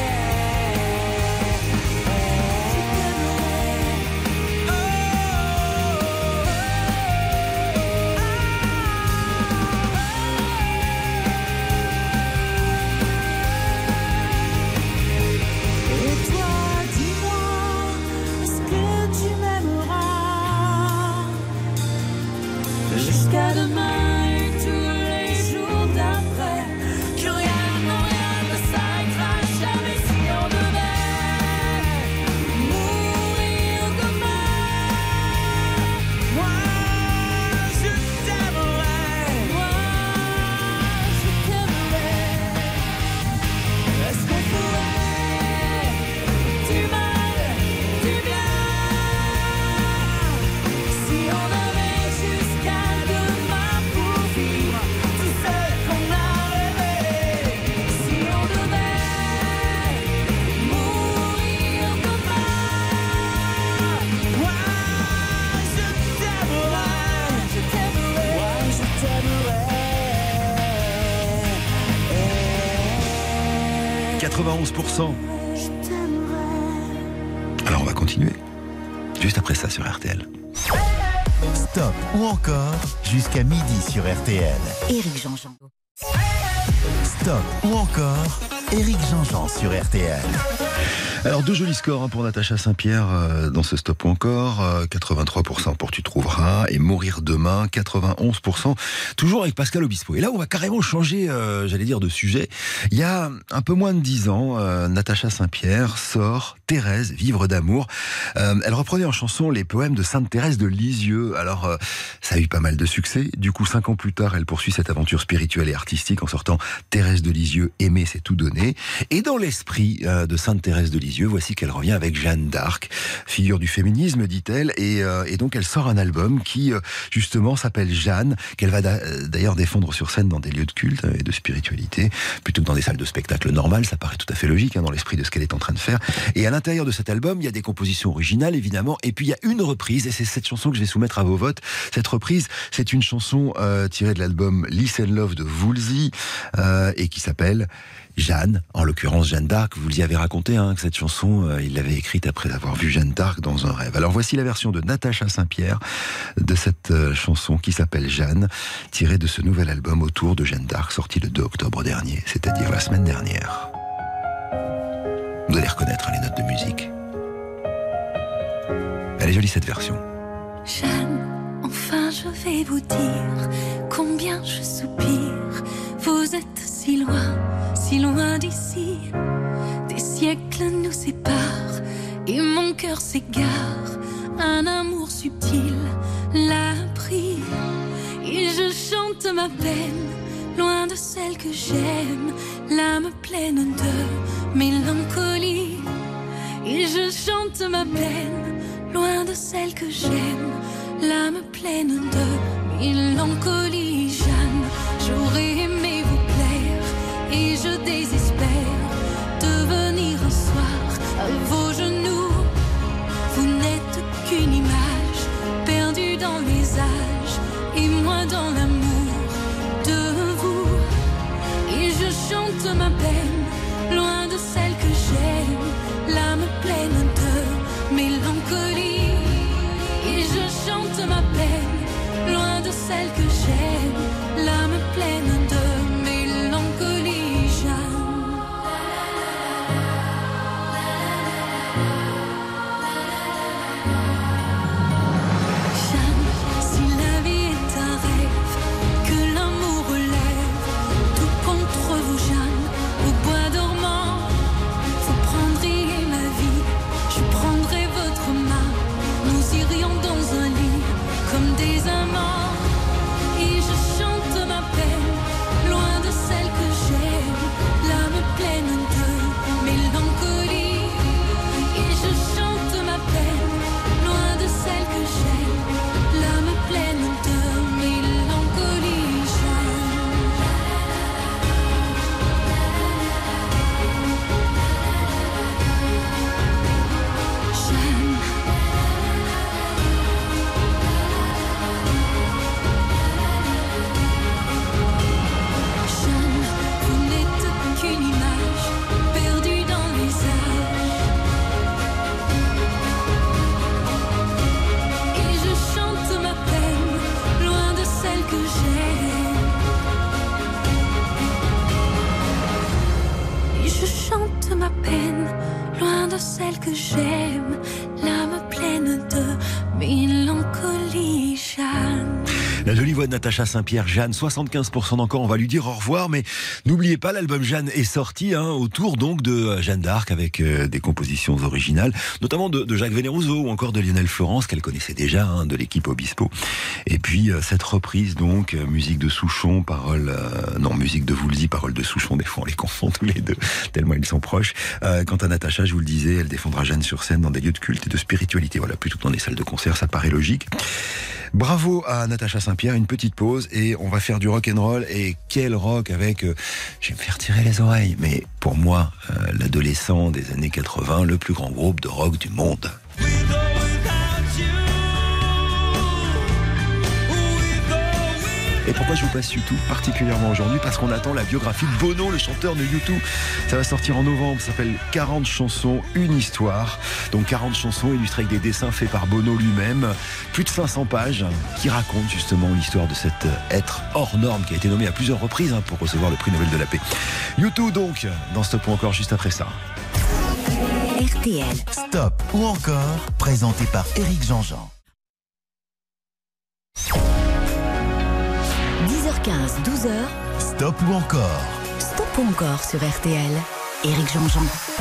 91%. Alors on va continuer. Juste après ça sur RTL. Stop ou encore jusqu'à midi sur RTL. Éric Jean-Jean. Stop ou encore Éric Jean-Jean sur RTL. Alors deux jolis scores pour Natacha Saint-Pierre dans ce Stop ou encore, 83% pour Tu trouveras et Mourir demain, 91%, toujours avec Pascal Obispo. Et là on va carrément changer, j'allais dire, de sujet. Il y a un peu moins de 10 ans, Natacha Saint-Pierre sort Thérèse, Vivre d'amour. Elle reprenait en chanson les poèmes de Sainte Thérèse de Lisieux. Alors ça a eu pas mal de succès. Du coup 5 ans plus tard, elle poursuit cette aventure spirituelle et artistique en sortant Thérèse de Lisieux, Aimer c'est tout donner. Et dans l'esprit de Sainte Thérèse de Lisieux, voici qu'elle revient avec Jeanne d'Arc, figure du féminisme, dit-elle, et donc elle sort un album qui justement s'appelle Jeanne, qu'elle va d'ailleurs défendre sur scène dans des lieux de culte et de spiritualité, plutôt que dans des salles de spectacle normales. Ça paraît tout à fait logique dans l'esprit de ce qu'elle est en train de faire. Et à l'intérieur de cet album, il y a des compositions originales évidemment, et puis il y a une reprise, et c'est cette chanson que je vais soumettre à vos votes. Cette reprise, c'est une chanson tirée de l'album Listen Love de Woolsey, et qui s'appelle Jeanne, en l'occurrence Jeanne d'Arc. Vous l'y avez raconté, que cette chanson chanson, il l'avait écrite après avoir vu Jeanne d'Arc dans un rêve. Alors voici la version de Natacha Saint-Pierre de cette chanson qui s'appelle Jeanne, tirée de ce nouvel album autour de Jeanne d'Arc, sorti le 2 octobre dernier, c'est-à-dire la semaine dernière. Vous allez reconnaître les notes de musique. Elle est jolie cette version. Jeanne, enfin je vais vous dire combien je soupire. Vous êtes si loin d'ici. Des siècles nous séparent et mon cœur s'égare. Un amour subtil l'a pris et je chante ma peine, loin de celle que j'aime, l'âme pleine de mélancolie. Et je chante ma peine, loin de celle que j'aime, l'âme pleine de mélancolie. Jeanne, j'aurais aimé vous plaire et je désespère de venir un soir à vos genoux. Vous n'êtes qu'une image perdue dans les âges et moi dans l'amour de vous. Et je chante ma peine, loin de celle que j'aime, l'âme pleine de mélancolie. Et je chante ma peine, loin de celle que j'aime, l'âme pleine de mélancolie. Jeanne, Jeanne, si la vie est un rêve, que l'amour relève tout contre vous, Jeanne, au bois dormant, vous prendriez ma vie, je prendrai votre main, nous irions dans un lit comme des amants. Et je chante ma peine, loin de celle que j'aime, l'âme pleine de mélancolie. Et je chante ma peine, loin de celle que j'aime, l'âme pleine de mélancolie. Jeanne, Jeanne, vous n'êtes qu'une image perdue dans les âges. Et je chante ma peine, loin de celle que j'aime. Et je chante ma peine, loin de celle que j'aime, l'âme pleine de mélancolie. Jeanne. La jolie voix de Natacha Saint-Pierre, Jeanne, 75% d'encore, on va lui dire au revoir, mais n'oubliez pas, l'album Jeanne est sorti autour donc de Jeanne d'Arc avec des compositions originales, notamment de Jacques Veneroso ou encore de Lionel Florence, qu'elle connaissait déjà, de l'équipe Obispo. Et puis cette reprise donc, musique de Souchon, musique de Woolsey, paroles de Souchon, des fois on les confond tous les deux, tellement ils sont proches. Quant à Natacha, je vous le disais, elle défendra Jeanne sur scène dans des lieux de culte et de spiritualité, voilà, plutôt que dans des salles de concert, ça paraît logique. Bravo à Natacha Saint-Pierre, une petite pause et on va faire du rock'n'roll. Et quel rock avec, je vais me faire tirer les oreilles, mais pour moi, l'adolescent des années 80, le plus grand groupe de rock du monde. Et pourquoi je vous passe U2 particulièrement aujourd'hui? Parce qu'on attend la biographie de Bono, le chanteur de U2. Ça va sortir en novembre, ça s'appelle 40 chansons, une histoire. Donc 40 chansons illustrées avec des dessins faits par Bono lui-même. Plus de 500 pages qui racontent justement l'histoire de cet être hors norme qui a été nommé à plusieurs reprises pour recevoir le prix Nobel de la paix. U2 donc, dans Stop ou encore juste après ça. RTL. Stop ou encore, présenté par Éric Jean-Jean. 10h15, 12h. Stop ou encore. Stop ou encore sur RTL. Éric Jean-Jean.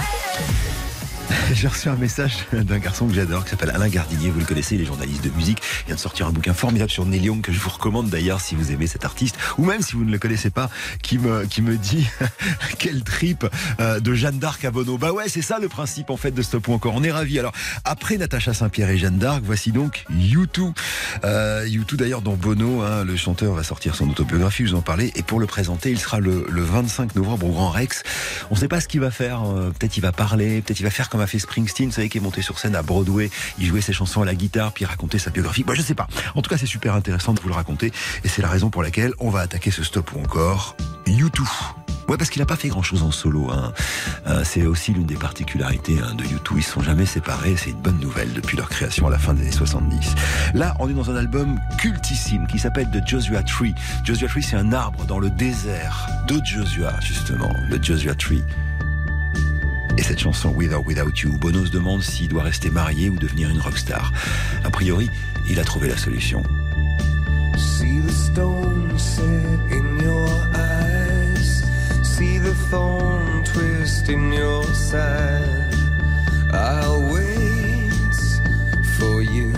J'ai reçu un message d'un garçon que j'adore qui s'appelle Alain Gardinier, vous le connaissez, il est journaliste de musique, il vient de sortir un bouquin formidable sur Neil Young que je vous recommande d'ailleurs si vous aimez cet artiste ou même si vous ne le connaissez pas, qui me dit quel trip de Jeanne d'Arc à Bono. Bah ouais, c'est ça le principe en fait de Stop ou encore, on est ravis. Alors après Natacha Saint-Pierre et Jeanne d'Arc, voici donc U2. U2 d'ailleurs dont Bono, le chanteur, va sortir son autobiographie, je vous en parlais, et pour le présenter il sera le 25 novembre au Grand Rex. On ne sait pas ce qu'il va faire, peut-être il va parler, peut-être il va faire comme a fait Springsteen, vous savez, qui est monté sur scène à Broadway, il jouait ses chansons à la guitare, puis il racontait sa biographie. Bah, je sais pas. En tout cas, c'est super intéressant de vous le raconter, et c'est la raison pour laquelle on va attaquer ce Stop ou encore U2. Ouais, parce qu'il n'a pas fait grand-chose en solo. C'est aussi l'une des particularités de U2. Ils ne sont jamais séparés. C'est une bonne nouvelle depuis leur création à la fin des années 70. Là, on est dans un album cultissime qui s'appelle The Joshua Tree. Joshua Tree, c'est un arbre dans le désert de Joshua, justement, le Joshua Tree. Et cette chanson With or Without You, Bono se demande s'il doit rester marié ou devenir une rockstar. A priori, il a trouvé la solution. See the stone set in your eyes. See the thorn twist in your side. I'll wait for you.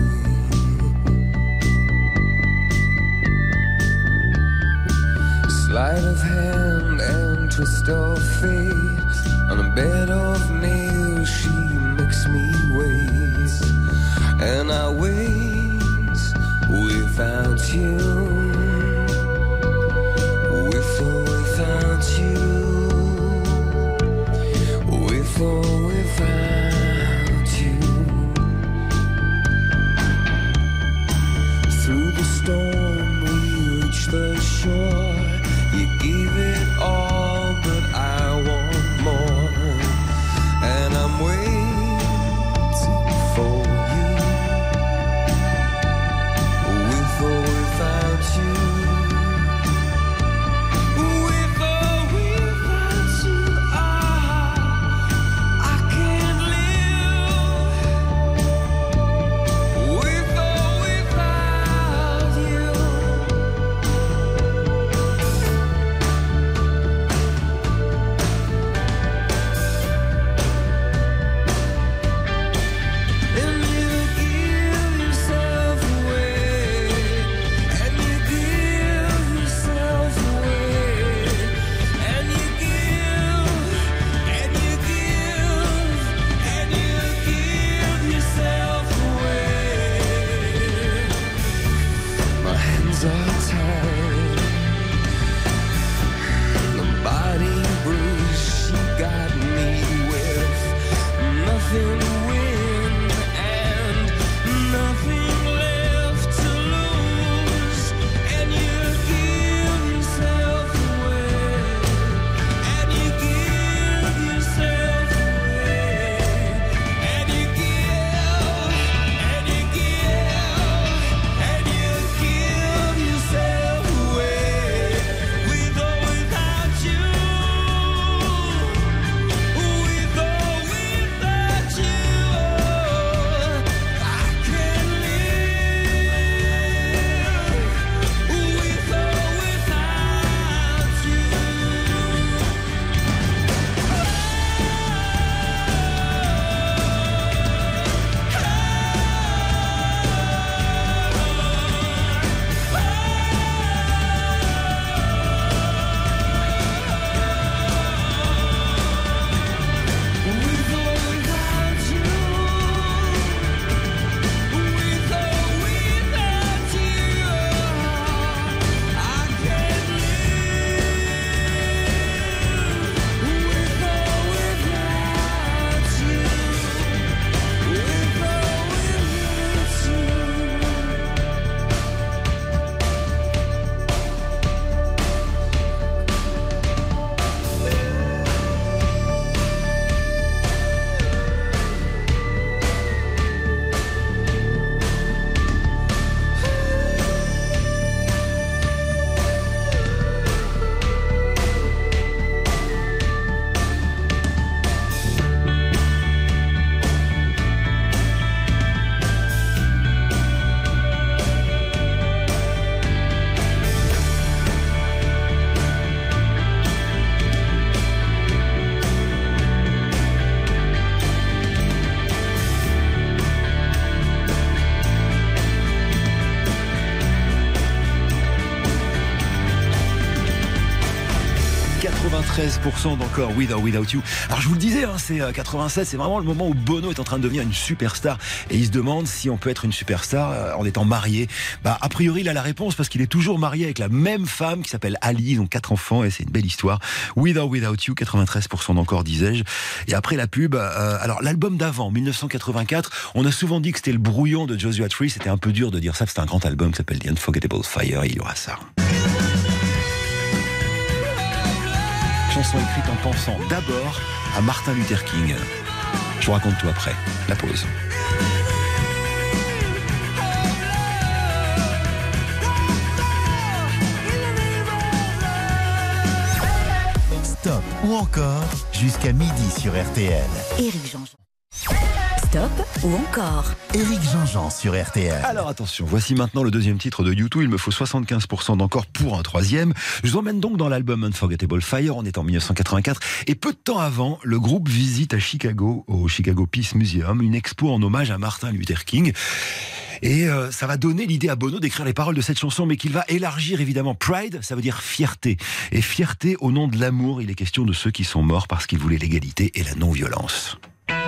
Sleight of hand and twist of fate. On a bed of nails she makes me wait. And I wait without you. With or without you. With or without you. Through the storm we reach the shore. You gave it all, but I want more. And I'm waiting for you. With or without you. With or without you. I can't live. With or without you. And you give yourself away. And you give yourself away. And you give. And you give. And you give yourself away. My hands are tied. The body bruised. She got me with nothing to win and nothing left to lose. And you give yourself away. And you give yourself away. And you give. And you give. And you give yourself away. With or without you. With or without you. I can't live. With or without you. With or without you. With or without you. I can't live. With or without you. With or without you. 93% d'encore With or Without You. Alors je vous le disais, c'est 87, c'est vraiment le moment où Bono est en train de devenir une superstar et il se demande si on peut être une superstar en étant marié. A priori il a la réponse parce qu'il est toujours marié avec la même femme qui s'appelle Ali, ils ont 4 enfants et c'est une belle histoire. With or Without You, 93% d'encore disais-je. Et après la pub, alors l'album d'avant, 1984, on a souvent dit que c'était le brouillon de Joshua Tree, c'était un peu dur de dire ça, c'était un grand album qui s'appelle The Unforgettable Fire et il y aura ça. Chanson écrite en pensant d'abord à Martin Luther King. Je vous raconte tout après. La pause. Stop ou encore jusqu'à midi sur RTL. Éric Jean-Jean. Stop ou encore. Éric Jean-Jean sur RTL. Alors attention, voici maintenant le deuxième titre de U2. Il me faut 75% d'encore pour un troisième. Je vous emmène donc dans l'album Unforgettable Fire. On est en 1984. Et peu de temps avant, le groupe visite à Chicago, au Chicago Peace Museum, une expo en hommage à Martin Luther King. Et ça va donner l'idée à Bono d'écrire les paroles de cette chanson, mais qu'il va élargir évidemment. Pride, ça veut dire fierté. Et fierté au nom de l'amour. Il est question de ceux qui sont morts parce qu'ils voulaient l'égalité et la non-violence.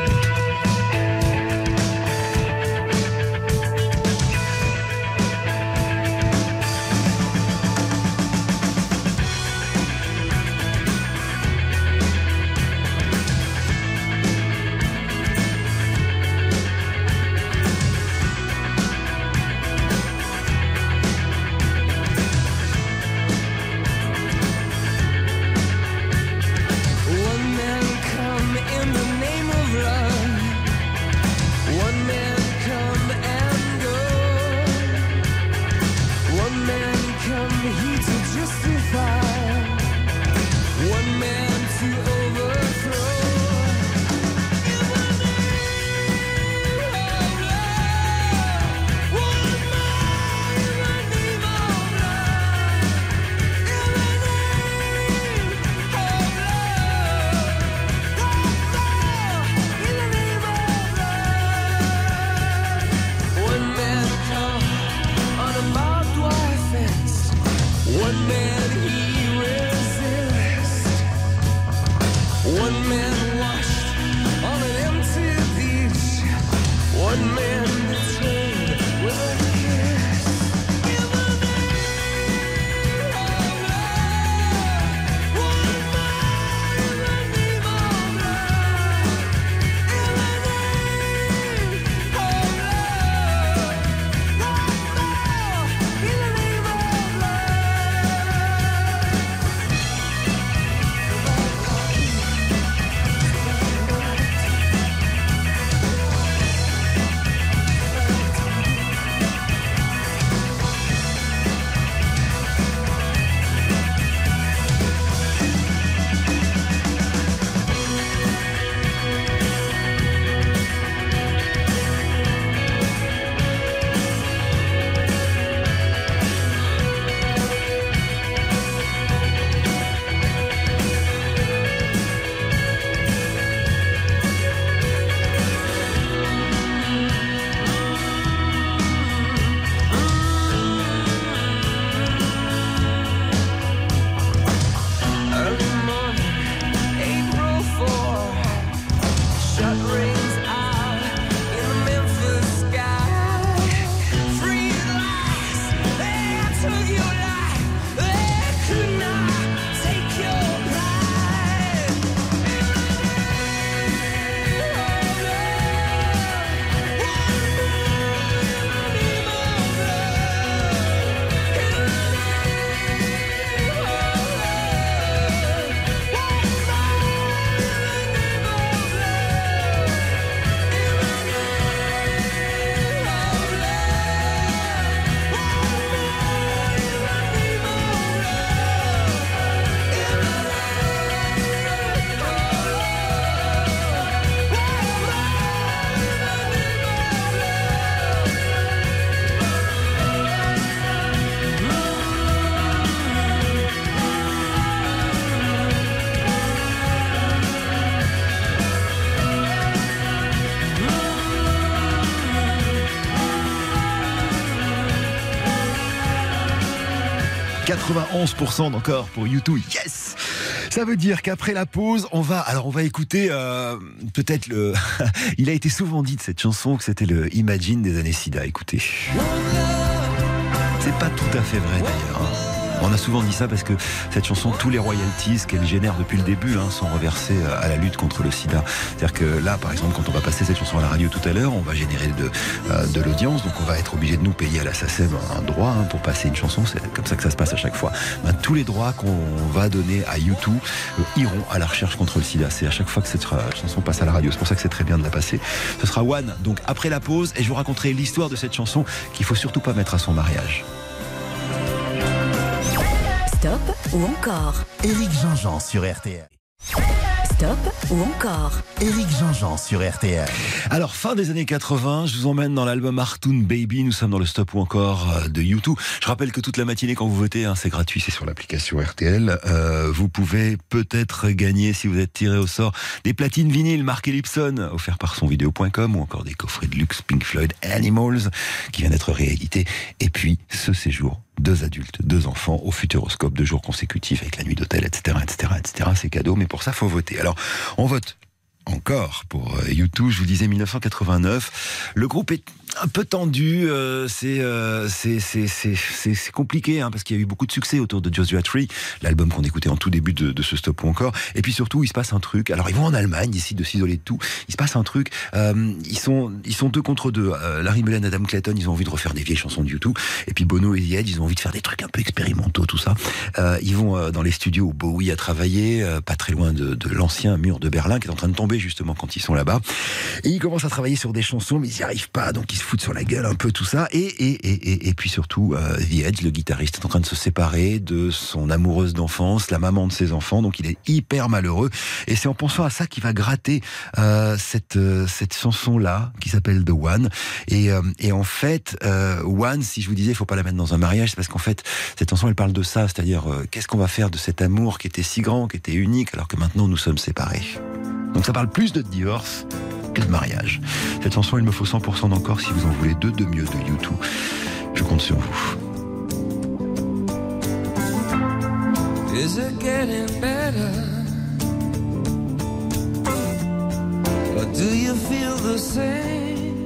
« 91% d'encore pour U2, yes !» Ça veut dire qu'après la pause, on va écouter peut-être le... Il a été souvent dit de cette chanson que c'était le Imagine des années SIDA. Écoutez. C'est pas tout à fait vrai d'ailleurs. On a souvent dit ça parce que cette chanson, tous les royalties qu'elle génère depuis le début sont reversés à la lutte contre le sida. C'est-à-dire que là, par exemple, quand on va passer cette chanson à la radio tout à l'heure, on va générer de l'audience, donc on va être obligé de nous payer à la SACEM un droit pour passer une chanson. C'est comme ça que ça se passe à chaque fois. Tous les droits qu'on va donner à U2 iront à la recherche contre le sida. C'est à chaque fois que cette chanson passe à la radio. C'est pour ça que c'est très bien de la passer. Ce sera One, donc après la pause, et je vous raconterai l'histoire de cette chanson qu'il faut surtout pas mettre à son mariage. Stop ou encore. Éric Jean-Jean sur RTL. Stop ou encore. Éric Jean-Jean sur RTL. Alors, fin des années 80, je vous emmène dans l'album Artoon Baby. Nous sommes dans le Stop ou encore de U2. Je rappelle que toute la matinée, quand vous votez, c'est gratuit, c'est sur l'application RTL. Vous pouvez peut-être gagner, si vous êtes tiré au sort, des platines vinyles marquées Lipson, offerts par sonvideo.com, ou encore des coffrets de luxe Pink Floyd Animals, qui vient d'être réédité. Et puis, ce séjour 2 adultes, 2 enfants au Futuroscope, 2 jours consécutifs avec la nuit d'hôtel, etc., etc., etc. C'est cadeau, mais pour ça, faut voter. Alors, on vote encore pour U2. Je vous disais 1989. Le groupe est un peu tendu. C'est compliqué parce qu'il y a eu beaucoup de succès autour de Joshua Tree, l'album qu'on écoutait en tout début de ce Stop ou encore. Et puis surtout, il se passe un truc. Alors ils vont en Allemagne, ils décident de s'isoler de tout. Il se passe un truc. Ils sont 2 contre 2. Larry Mullen, Adam Clayton, ils ont envie de refaire des vieilles chansons de U2. Et puis Bono et The Edge, ils ont envie de faire des trucs un peu expérimentaux, tout ça. Ils vont dans les studios où Bowie a travaillé, pas très loin de l'ancien mur de Berlin qui est en train de tomber justement quand ils sont là-bas. Et ils commencent à travailler sur des chansons, mais ils n'y arrivent pas, donc ils se foutent sur la gueule un peu tout ça. Et puis surtout, The Edge, le guitariste, est en train de se séparer de son amoureuse d'enfance, la maman de ses enfants, donc il est hyper malheureux. Et c'est en pensant à ça qu'il va gratter cette chanson-là, qui s'appelle The One. Et en fait, One, si je vous disais, il faut pas la mettre dans un mariage, c'est parce qu'en fait, cette chanson, elle parle de ça, c'est-à-dire, qu'est-ce qu'on va faire de cet amour qui était si grand, qui était unique, alors que maintenant nous sommes séparés. Donc ça parle plus de divorce que de mariage. Cette chanson, il me faut 100% d'encore si vous en voulez 2 de mieux de U2. Je compte sur vous. Is it getting better? Or do you feel the same?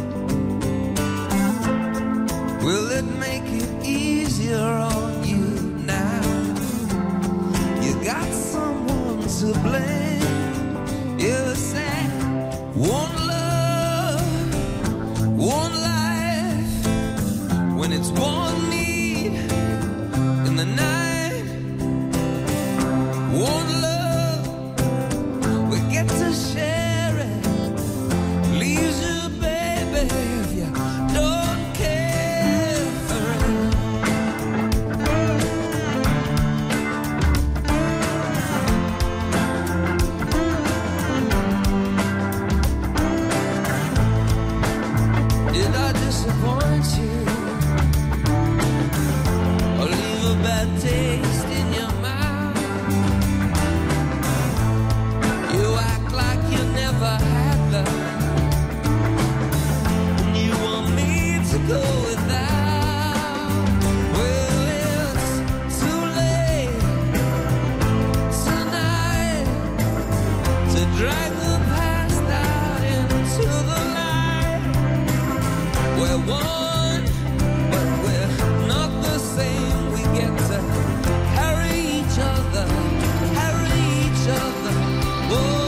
Will it make it easier on you now? You got someone to blame. You say one love, one life. When it's one need in the night, one love, we get to share it. Leaves you, baby, if you don't care for it. Did I disappoint you? Or leave a bad taste in your mouth? You act like you never had love, and you want me to go without. Well, it's too late tonight to drag the past out into the light. We're one, but we're not the same. We get to carry each other, carry each other. Whoa.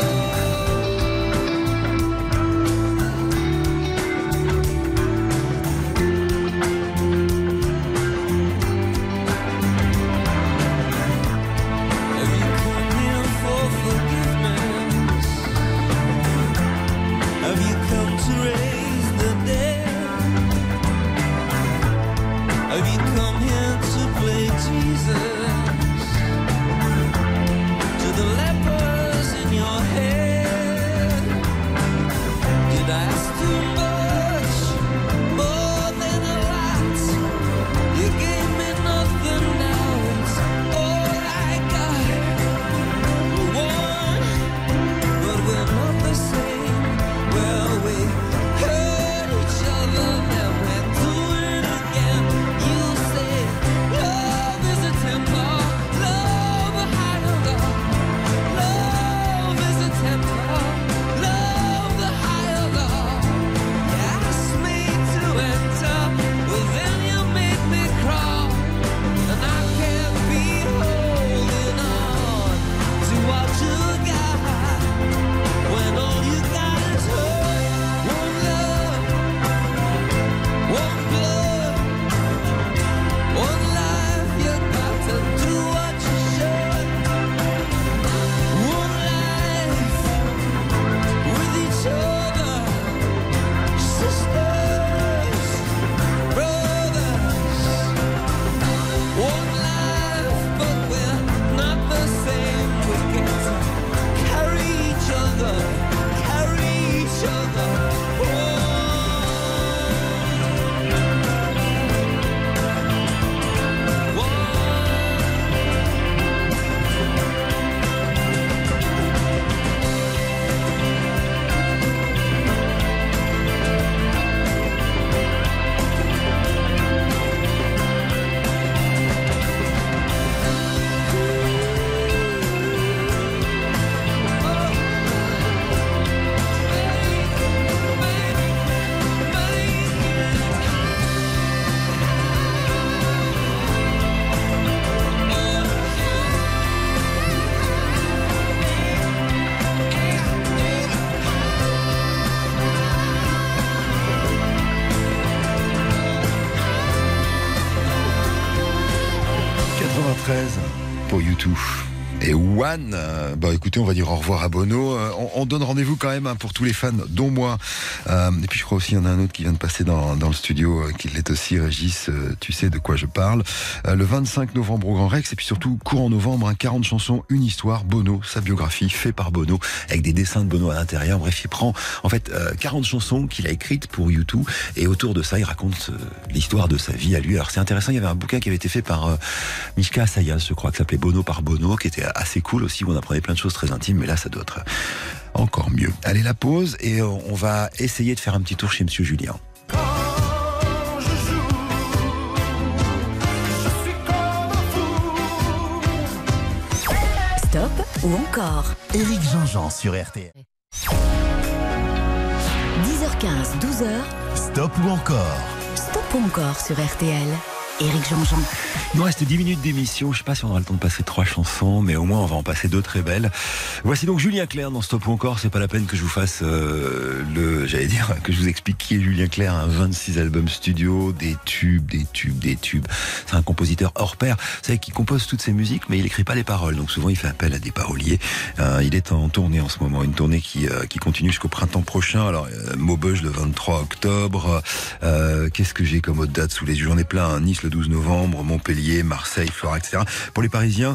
Have you come here for forgiveness? Have you come to raise the dead? 13 pour U2. Et One, écoutez, on va dire au revoir à Bono. On donne rendez-vous quand même pour tous les fans, dont moi. Et puis je crois aussi qu'il y en a un autre qui vient de passer dans le studio, qui l'est aussi, Régis, tu sais de quoi je parle. Le 25 novembre au Grand Rex, et puis surtout courant novembre, 40 chansons, une histoire, Bono, sa biographie, fait par Bono, avec des dessins de Bono à l'intérieur. Bref, il prend en fait 40 chansons qu'il a écrites pour U2, et autour de ça, il raconte l'histoire de sa vie à lui. Alors c'est intéressant, il y avait un bouquin qui avait été fait par Mishka Sayas, je crois, qui s'appelait Bono par Bono, qui était assez cool aussi, où on apprenait plein de choses très intimes, mais là ça doit être encore mieux. Allez, la pause, et on va essayer de faire un petit tour chez Monsieur Julien. Stop ou encore Éric Jean-Jean sur RTL. 10h15, 12h. Stop ou encore Stop ou encore sur RTL. Éric Jean-Jean. Il nous reste 10 minutes d'émission. Je sais pas si on aura le temps de passer 3 chansons, mais au moins on va en passer 2 très belles. Voici donc Julien Clerc dans Stop ou encore. C'est pas la peine que je vous fasse que je vous explique qui est Julien Clerc. 26 albums studio, des tubes. C'est un compositeur hors pair. Vous savez qu'il compose toutes ses musiques, mais il écrit pas les paroles. Donc souvent il fait appel à des paroliers. Il est en tournée en ce moment, une tournée qui continue jusqu'au printemps prochain. Alors Maubeuge le 23 octobre. Qu'est-ce que j'ai comme autre date sous les yeux? J'en ai plein. Nice le 12 novembre, Montpellier, Marseille, Florac, etc. Pour les Parisiens,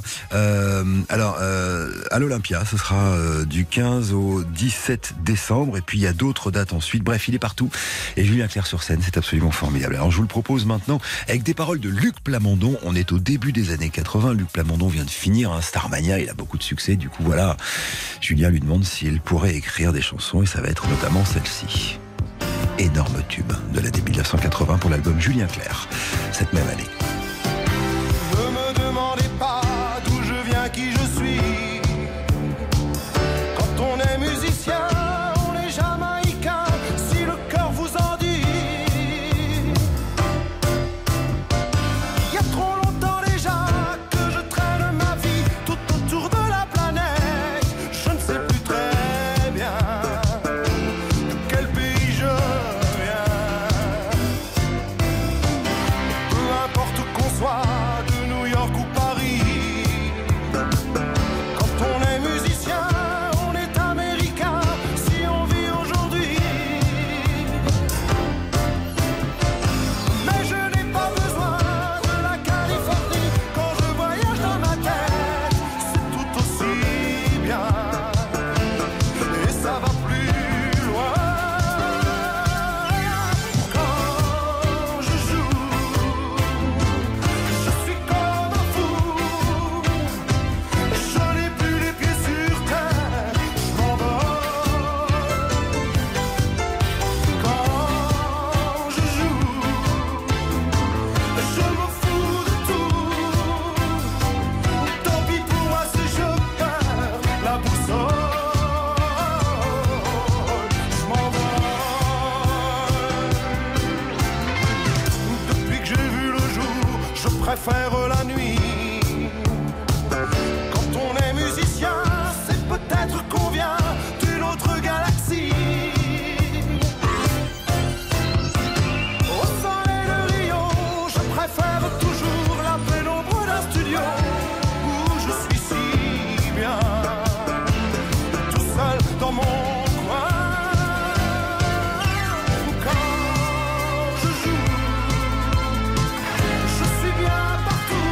à l'Olympia, ce sera du 15 au 17 décembre, et puis il y a d'autres dates ensuite. Bref, il est partout. Et Julien Clerc sur scène, c'est absolument formidable. Alors je vous le propose maintenant avec des paroles de Luc Plamondon. On est au début des années 80. Luc Plamondon vient de finir Starmania, il a beaucoup de succès. Du coup, voilà, Julien lui demande s'il pourrait écrire des chansons, et ça va être notamment celle-ci. Énorme tube de l'année 1980 pour l'album Julien Clerc, cette même année. Ne me demandez pas d'où je viens, qui je suis. Quand on est musicien, on est jamaïcain, si le cœur vous en dit. Il y a trop longtemps déjà que je traîne ma vie tout autour de la planète. Je ne sais plus très bien de quel pays je de New York ou Paris. Quand on est musicien, on est américain, si on vit aujourd'hui. Mais je n'ai pas besoin de la Californie. Quand je voyage dans ma tête, c'est tout aussi bien. Et ça va plus loin. Quand je joue, je suis comme un fou. Je n'ai plus les pieds sur terre, je m'envole. Quand je joue, je me fous de tout. Tant pis pour moi si je perds la boussole. Je m'envole. Depuis que j'ai vu le jour, je préfère la nuit. Quand on est musicien, c'est peut-être qu'on vient d'une autre galaxie. Au soleil de Rio, je préfère toujours la pénombre d'un studio où je suis si bien, tout seul dans mon coin. Quand je joue, je suis bien partout.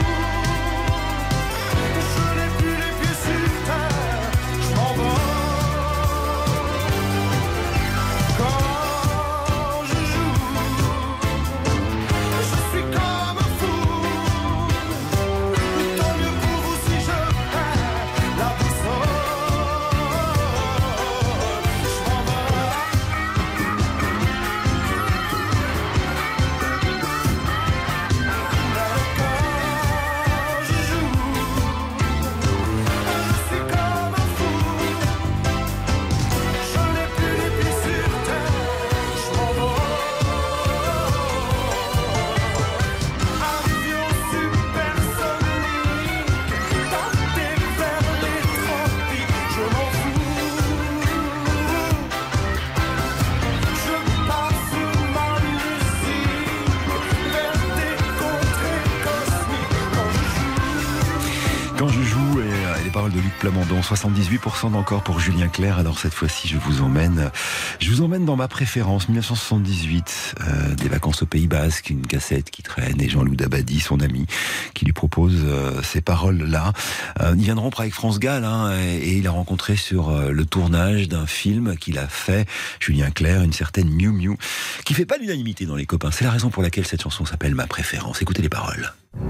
Quand je joue, et les paroles de Luc Plamondon, 78% d'encore pour Julien Clerc. Alors cette fois-ci, je vous emmène dans ma préférence, 1978, des vacances au Pays Basque, une cassette qui traîne, et Jean-Loup Dabadi, son ami, qui lui propose ces paroles-là. Il vient de rompre avec France Gall, et il a rencontré sur le tournage d'un film qu'il a fait, Julien Clerc, une certaine Miu Miu, qui fait pas l'unanimité dans les copains. C'est la raison pour laquelle cette chanson s'appelle Ma préférence. Écoutez les paroles.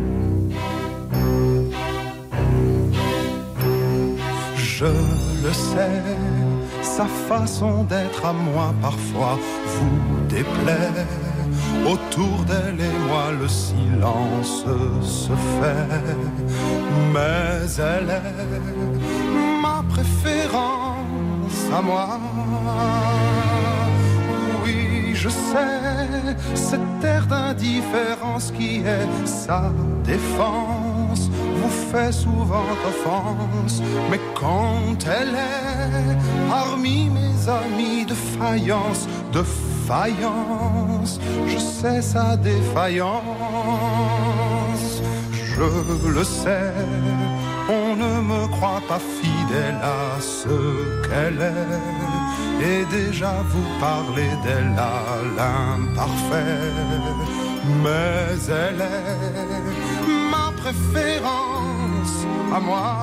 Je le sais, sa façon d'être à moi parfois vous déplaît. Autour d'elle et moi le silence se fait. Mais elle est ma préférence à moi. Oui, je sais, cette air d'indifférence qui est sa défense vous fait souvent offense. Mais quand elle est parmi mes amis de faïence, je sais sa défaillance. Je le sais, on ne me croit pas fidèle à ce qu'elle est. Et déjà vous parlez d'elle à l'imparfait. Mais elle est ma préférence à moi.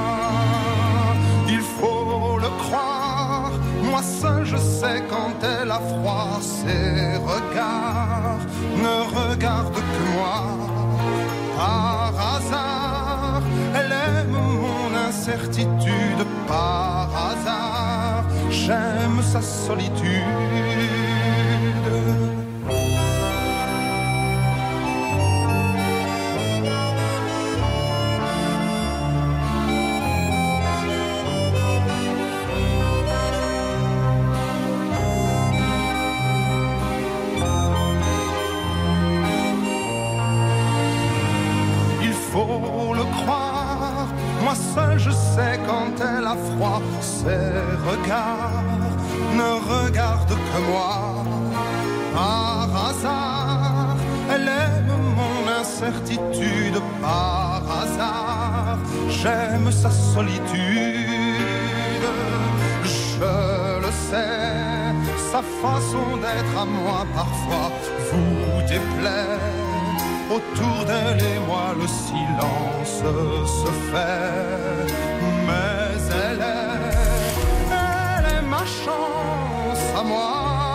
Il faut le croire, moi seul je sais quand elle a froid. Ses regards ne regardent que moi. Par hasard, elle aime mon incertitude. Par hasard, j'aime sa solitude. Faut le croire, moi seul je sais quand elle a froid. Ses regards ne regardent que moi. Par hasard, elle aime mon incertitude. Par hasard, j'aime sa solitude. Je le sais, sa façon d'être à moi parfois vous déplaît. Autour d'elle et moi le silence se fait. Mais elle est ma chance à moi.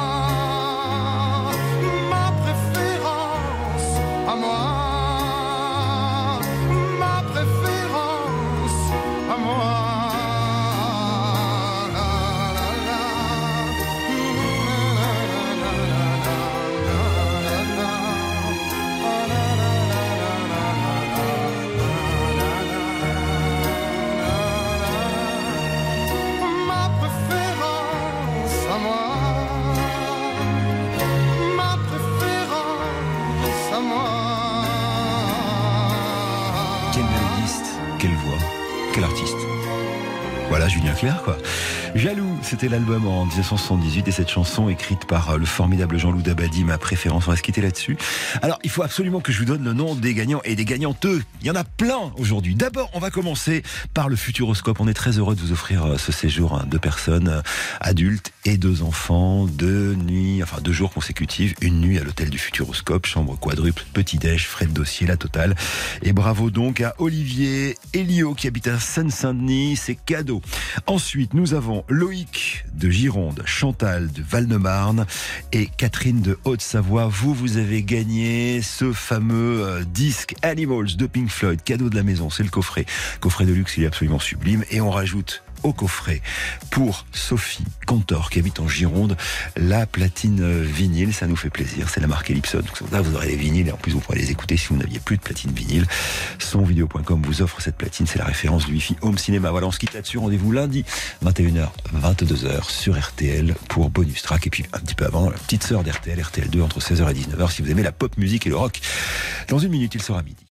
Ma préférence à moi. Ma préférence à moi. Quel artiste. Voilà, Julien Clerc, quoi. Jaloux, c'était l'album en 1978 et cette chanson écrite par le formidable Jean-Loup Dabadi, ma préférence. On va se quitter là-dessus. Alors, il faut absolument que je vous donne le nom des gagnants et des gagnanteux. Il y en a plein aujourd'hui. D'abord, on va commencer par le Futuroscope. On est très heureux de vous offrir ce séjour, 2 personnes adultes et 2 enfants, 2 jours consécutifs, une nuit à l'hôtel du Futuroscope, chambre quadruple, petit-déj, frais de dossier, la totale. Et bravo donc à Olivier Elio qui habite à Seine-Saint-Denis, c'est cadeau. Ensuite, nous avons Loïc de Gironde, Chantal de Val-de-Marne et Catherine de Haute-Savoie. Vous avez gagné ce fameux disque Animals de Pink Floyd, cadeau de la maison, c'est le coffret de luxe, il est absolument sublime. Et on rajoute au coffret pour Sophie Cantor qui habite en Gironde la platine vinyle, ça nous fait plaisir, c'est la marque Ellipson, donc là vous aurez les vinyles et en plus vous pourrez les écouter si vous n'aviez plus de platine vinyle. Sonvideo.com vous offre cette platine, c'est la référence du Wi-Fi Home Cinéma. Voilà, on se quitte là-dessus, rendez-vous lundi 21h 22h sur RTL pour Bonus Track et puis un petit peu avant la petite sœur d'RTL, RTL2 entre 16h et 19h si vous aimez la pop musique et le rock. Dans une minute il sera midi.